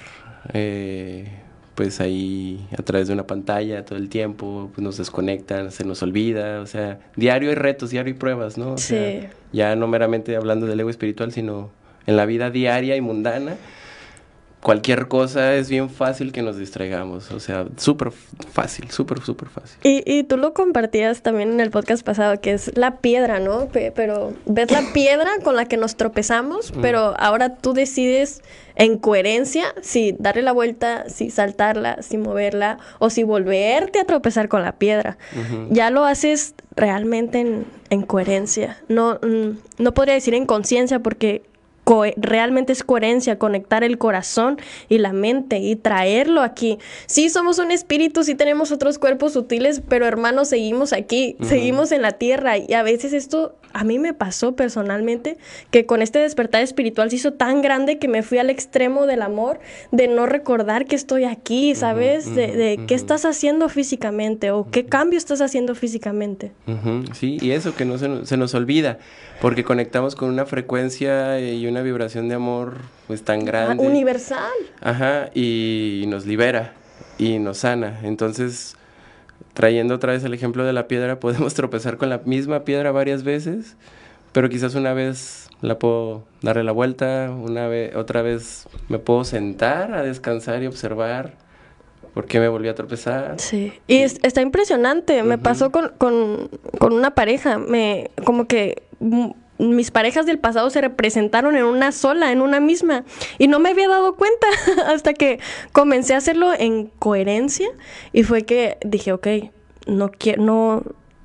eh, pues ahí a través de una pantalla todo el tiempo, pues nos desconectan, se nos olvida, o sea, diario hay retos, diario hay pruebas, ¿no? O sí. sea, ya no meramente hablando del ego espiritual, sino en la vida diaria y mundana. Cualquier cosa es bien fácil que nos distraigamos, o sea, súper fácil, súper, súper fácil. Y, y tú lo compartías también en el podcast pasado, que es la piedra, ¿no? P- pero ves la piedra con la que nos tropezamos, mm. pero ahora tú decides en coherencia si darle la vuelta, si saltarla, si moverla, o si volverte a tropezar con la piedra. Uh-huh. Ya lo haces realmente en, en coherencia. No, mm, no podría decir en conciencia porque... Co- realmente es coherencia, conectar el corazón y la mente y traerlo aquí. Sí somos un espíritu, sí tenemos otros cuerpos sutiles, pero hermanos, seguimos aquí, uh-huh. seguimos en la tierra y a veces esto a mí me pasó personalmente que con este despertar espiritual se hizo tan grande que me fui al extremo del amor, de no recordar que estoy aquí, ¿sabes? Uh-huh, de de uh-huh. qué estás haciendo físicamente o uh-huh. qué cambio estás haciendo físicamente. Uh-huh. Sí, y eso que no se, se nos olvida, porque conectamos con una frecuencia y una vibración de amor pues tan grande. Ah, universal. Ajá, y nos libera y nos sana. Entonces, trayendo otra vez el ejemplo de la piedra, podemos tropezar con la misma piedra varias veces, pero quizás una vez la puedo darle la vuelta, una vez, otra vez me puedo sentar a descansar y observar por qué me volví a tropezar. Sí, y es, está impresionante. Uh-huh. Me pasó con, con, con una pareja, me como que... M- mis parejas del pasado se representaron en una sola, en una misma, y no me había dado cuenta hasta que comencé a hacerlo en coherencia y fue que dije, ok, no quiero, no,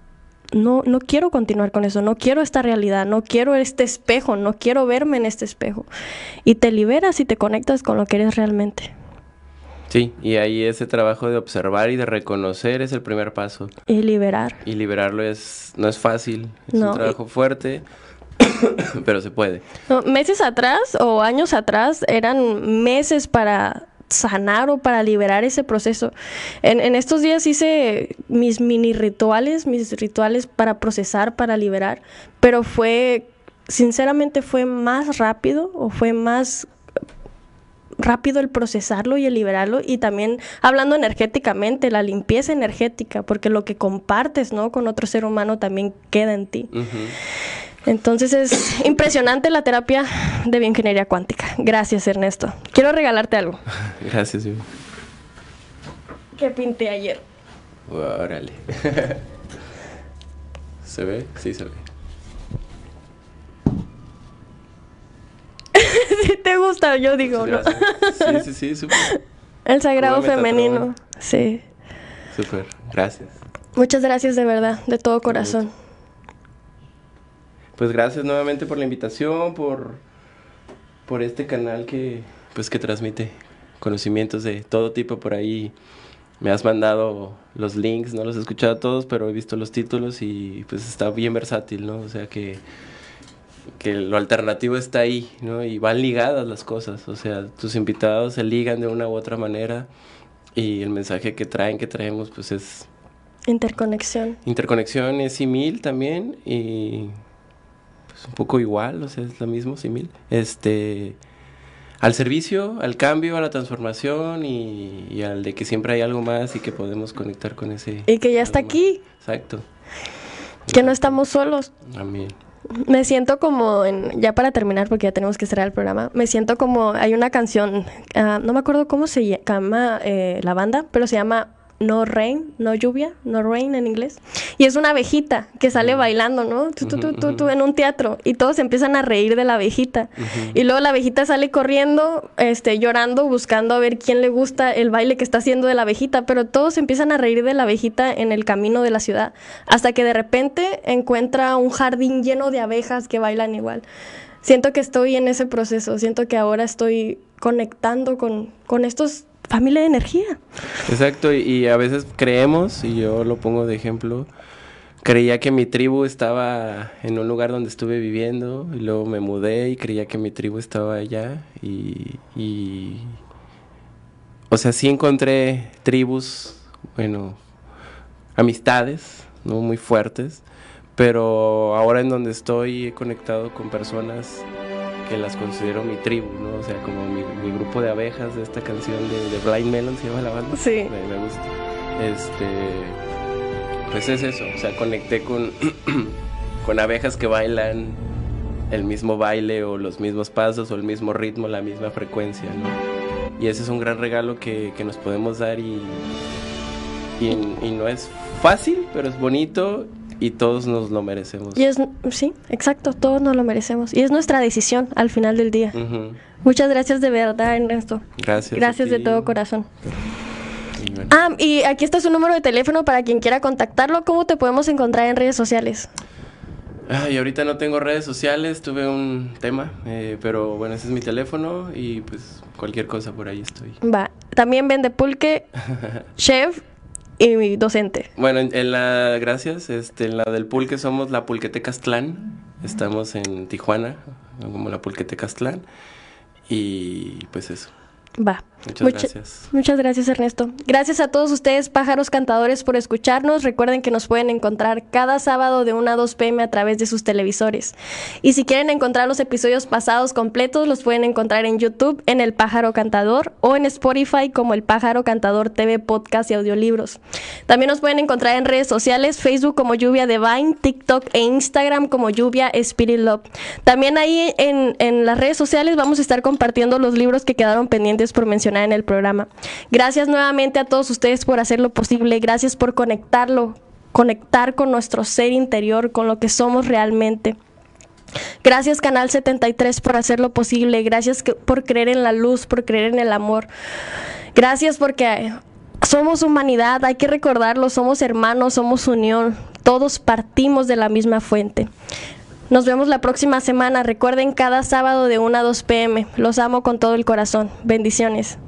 no, no quiero continuar con eso, no quiero esta realidad, no quiero este espejo, no quiero verme en este espejo, y te liberas y te conectas con lo que eres realmente. Sí, y ahí ese trabajo de observar y de reconocer es el primer paso. Y liberar. Y liberarlo es no es fácil, es no, un trabajo y... fuerte, pero se puede. No, meses atrás o años atrás eran meses para sanar o para liberar ese proceso. En, en estos días hice mis mini rituales, mis rituales para procesar, para liberar, pero fue, sinceramente fue más rápido o fue más rápido el procesarlo y el liberarlo, y también hablando energéticamente, la limpieza energética, porque lo que compartes, ¿no?, con otro ser humano también queda en ti. Uh-huh. Entonces es impresionante la terapia de bioingeniería cuántica. Gracias, Ernesto. Quiero regalarte algo. Gracias, yo. Que pinté ayer. Órale. ¿Se ve? Sí, se ve. Si te gusta, yo digo, ¿no? Sí, sí, sí, súper. El sagrado femenino, sí. Súper, gracias. Muchas gracias de verdad, de todo corazón. Pues gracias nuevamente por la invitación, por, por este canal que, pues, que transmite conocimientos de todo tipo por ahí. Me has mandado los links, no los he escuchado todos, pero he visto los títulos y pues está bien versátil, ¿no? O sea que... que lo alternativo está ahí, ¿no? Y van ligadas las cosas, o sea, tus invitados se ligan de una u otra manera y el mensaje que traen, que traemos, pues es... Interconexión. Interconexión es símil también y pues un poco igual, o sea, es lo mismo, símil. Este, al servicio, al cambio, a la transformación y, y al de que siempre hay algo más y que podemos conectar con ese... Y que ya está aquí. Más. Exacto. Que no estamos solos. Amén. Me siento como, en, ya para terminar porque ya tenemos que cerrar el programa, me siento como, hay una canción, uh, no me acuerdo cómo se llama eh, la banda, pero se llama No Rain, No Lluvia, No Rain en inglés, y es una abejita que sale uh-huh. bailando, ¿no? Tú, tú, tú, tú, tú, en un teatro, y todos empiezan a reír de la abejita, uh-huh. y luego la abejita sale corriendo, este, llorando, buscando a ver quién le gusta el baile que está haciendo de la abejita, pero todos empiezan a reír de la abejita en el camino de la ciudad, hasta que de repente encuentra un jardín lleno de abejas que bailan igual. Siento que estoy en ese proceso, siento que ahora estoy conectando con, con estos familia de energía. Exacto, y, y a veces creemos, y yo lo pongo de ejemplo, creía que mi tribu estaba en un lugar donde estuve viviendo, y luego me mudé y creía que mi tribu estaba allá, y, y o sea, sí encontré tribus, bueno, amistades, ¿no?, muy fuertes, pero ahora en donde estoy he conectado con personas que las considero mi tribu, ¿no? O sea, como mi, mi grupo de abejas de esta canción de, de Blind Melon, ¿se llama la banda? Sí. Me, me gusta. Este, pues es eso, o sea, conecté con, con abejas que bailan el mismo baile o los mismos pasos o el mismo ritmo, la misma frecuencia, ¿no? Y ese es un gran regalo que, que nos podemos dar y, y, y no es fácil, pero es bonito. Y todos nos lo merecemos. Y es, sí, exacto, todos nos lo merecemos. Y es nuestra decisión al final del día. Uh-huh. Muchas gracias de verdad, Ernesto. Gracias. Gracias de todo corazón. Y bueno. Ah, y aquí está su número de teléfono para quien quiera contactarlo. ¿Cómo te podemos encontrar en redes sociales? Ay, ahorita no tengo redes sociales, tuve un tema, eh, pero bueno, ese es mi teléfono y pues cualquier cosa por ahí estoy. Va, también vende pulque, chef y docente. Bueno, en, en la, gracias, este, en la del pulque somos la Pulqueteca Aztlán, estamos en Tijuana, como la Pulqueteca Aztlán, y pues eso. Va. Muchas Mucha, gracias. Muchas gracias, Ernesto. Gracias a todos ustedes, pájaros cantadores, por escucharnos. Recuerden que nos pueden encontrar cada sábado de una a dos pe eme a través de sus televisores. Y si quieren encontrar los episodios pasados completos, los pueden encontrar en YouTube, en El Pájaro Cantador, o en Spotify como El Pájaro Cantador T V, podcast y audiolibros. También nos pueden encontrar en redes sociales, Facebook como Lluvia Divine, TikTok e Instagram como Lluvia Spirit Love. También ahí en, en las redes sociales vamos a estar compartiendo los libros que quedaron pendientes por mencionar en el programa. Gracias nuevamente a todos ustedes por hacerlo posible. Gracias por conectarlo, conectar con nuestro ser interior, con lo que somos realmente. Gracias Canal setenta y tres por hacerlo posible. Gracias que, por creer en la luz, por creer en el amor. Gracias porque somos humanidad, hay que recordarlo, somos hermanos, somos unión. Todos partimos de la misma fuente. Nos vemos la próxima semana. Recuerden, cada sábado de una a dos pe eme. Los amo con todo el corazón. Bendiciones.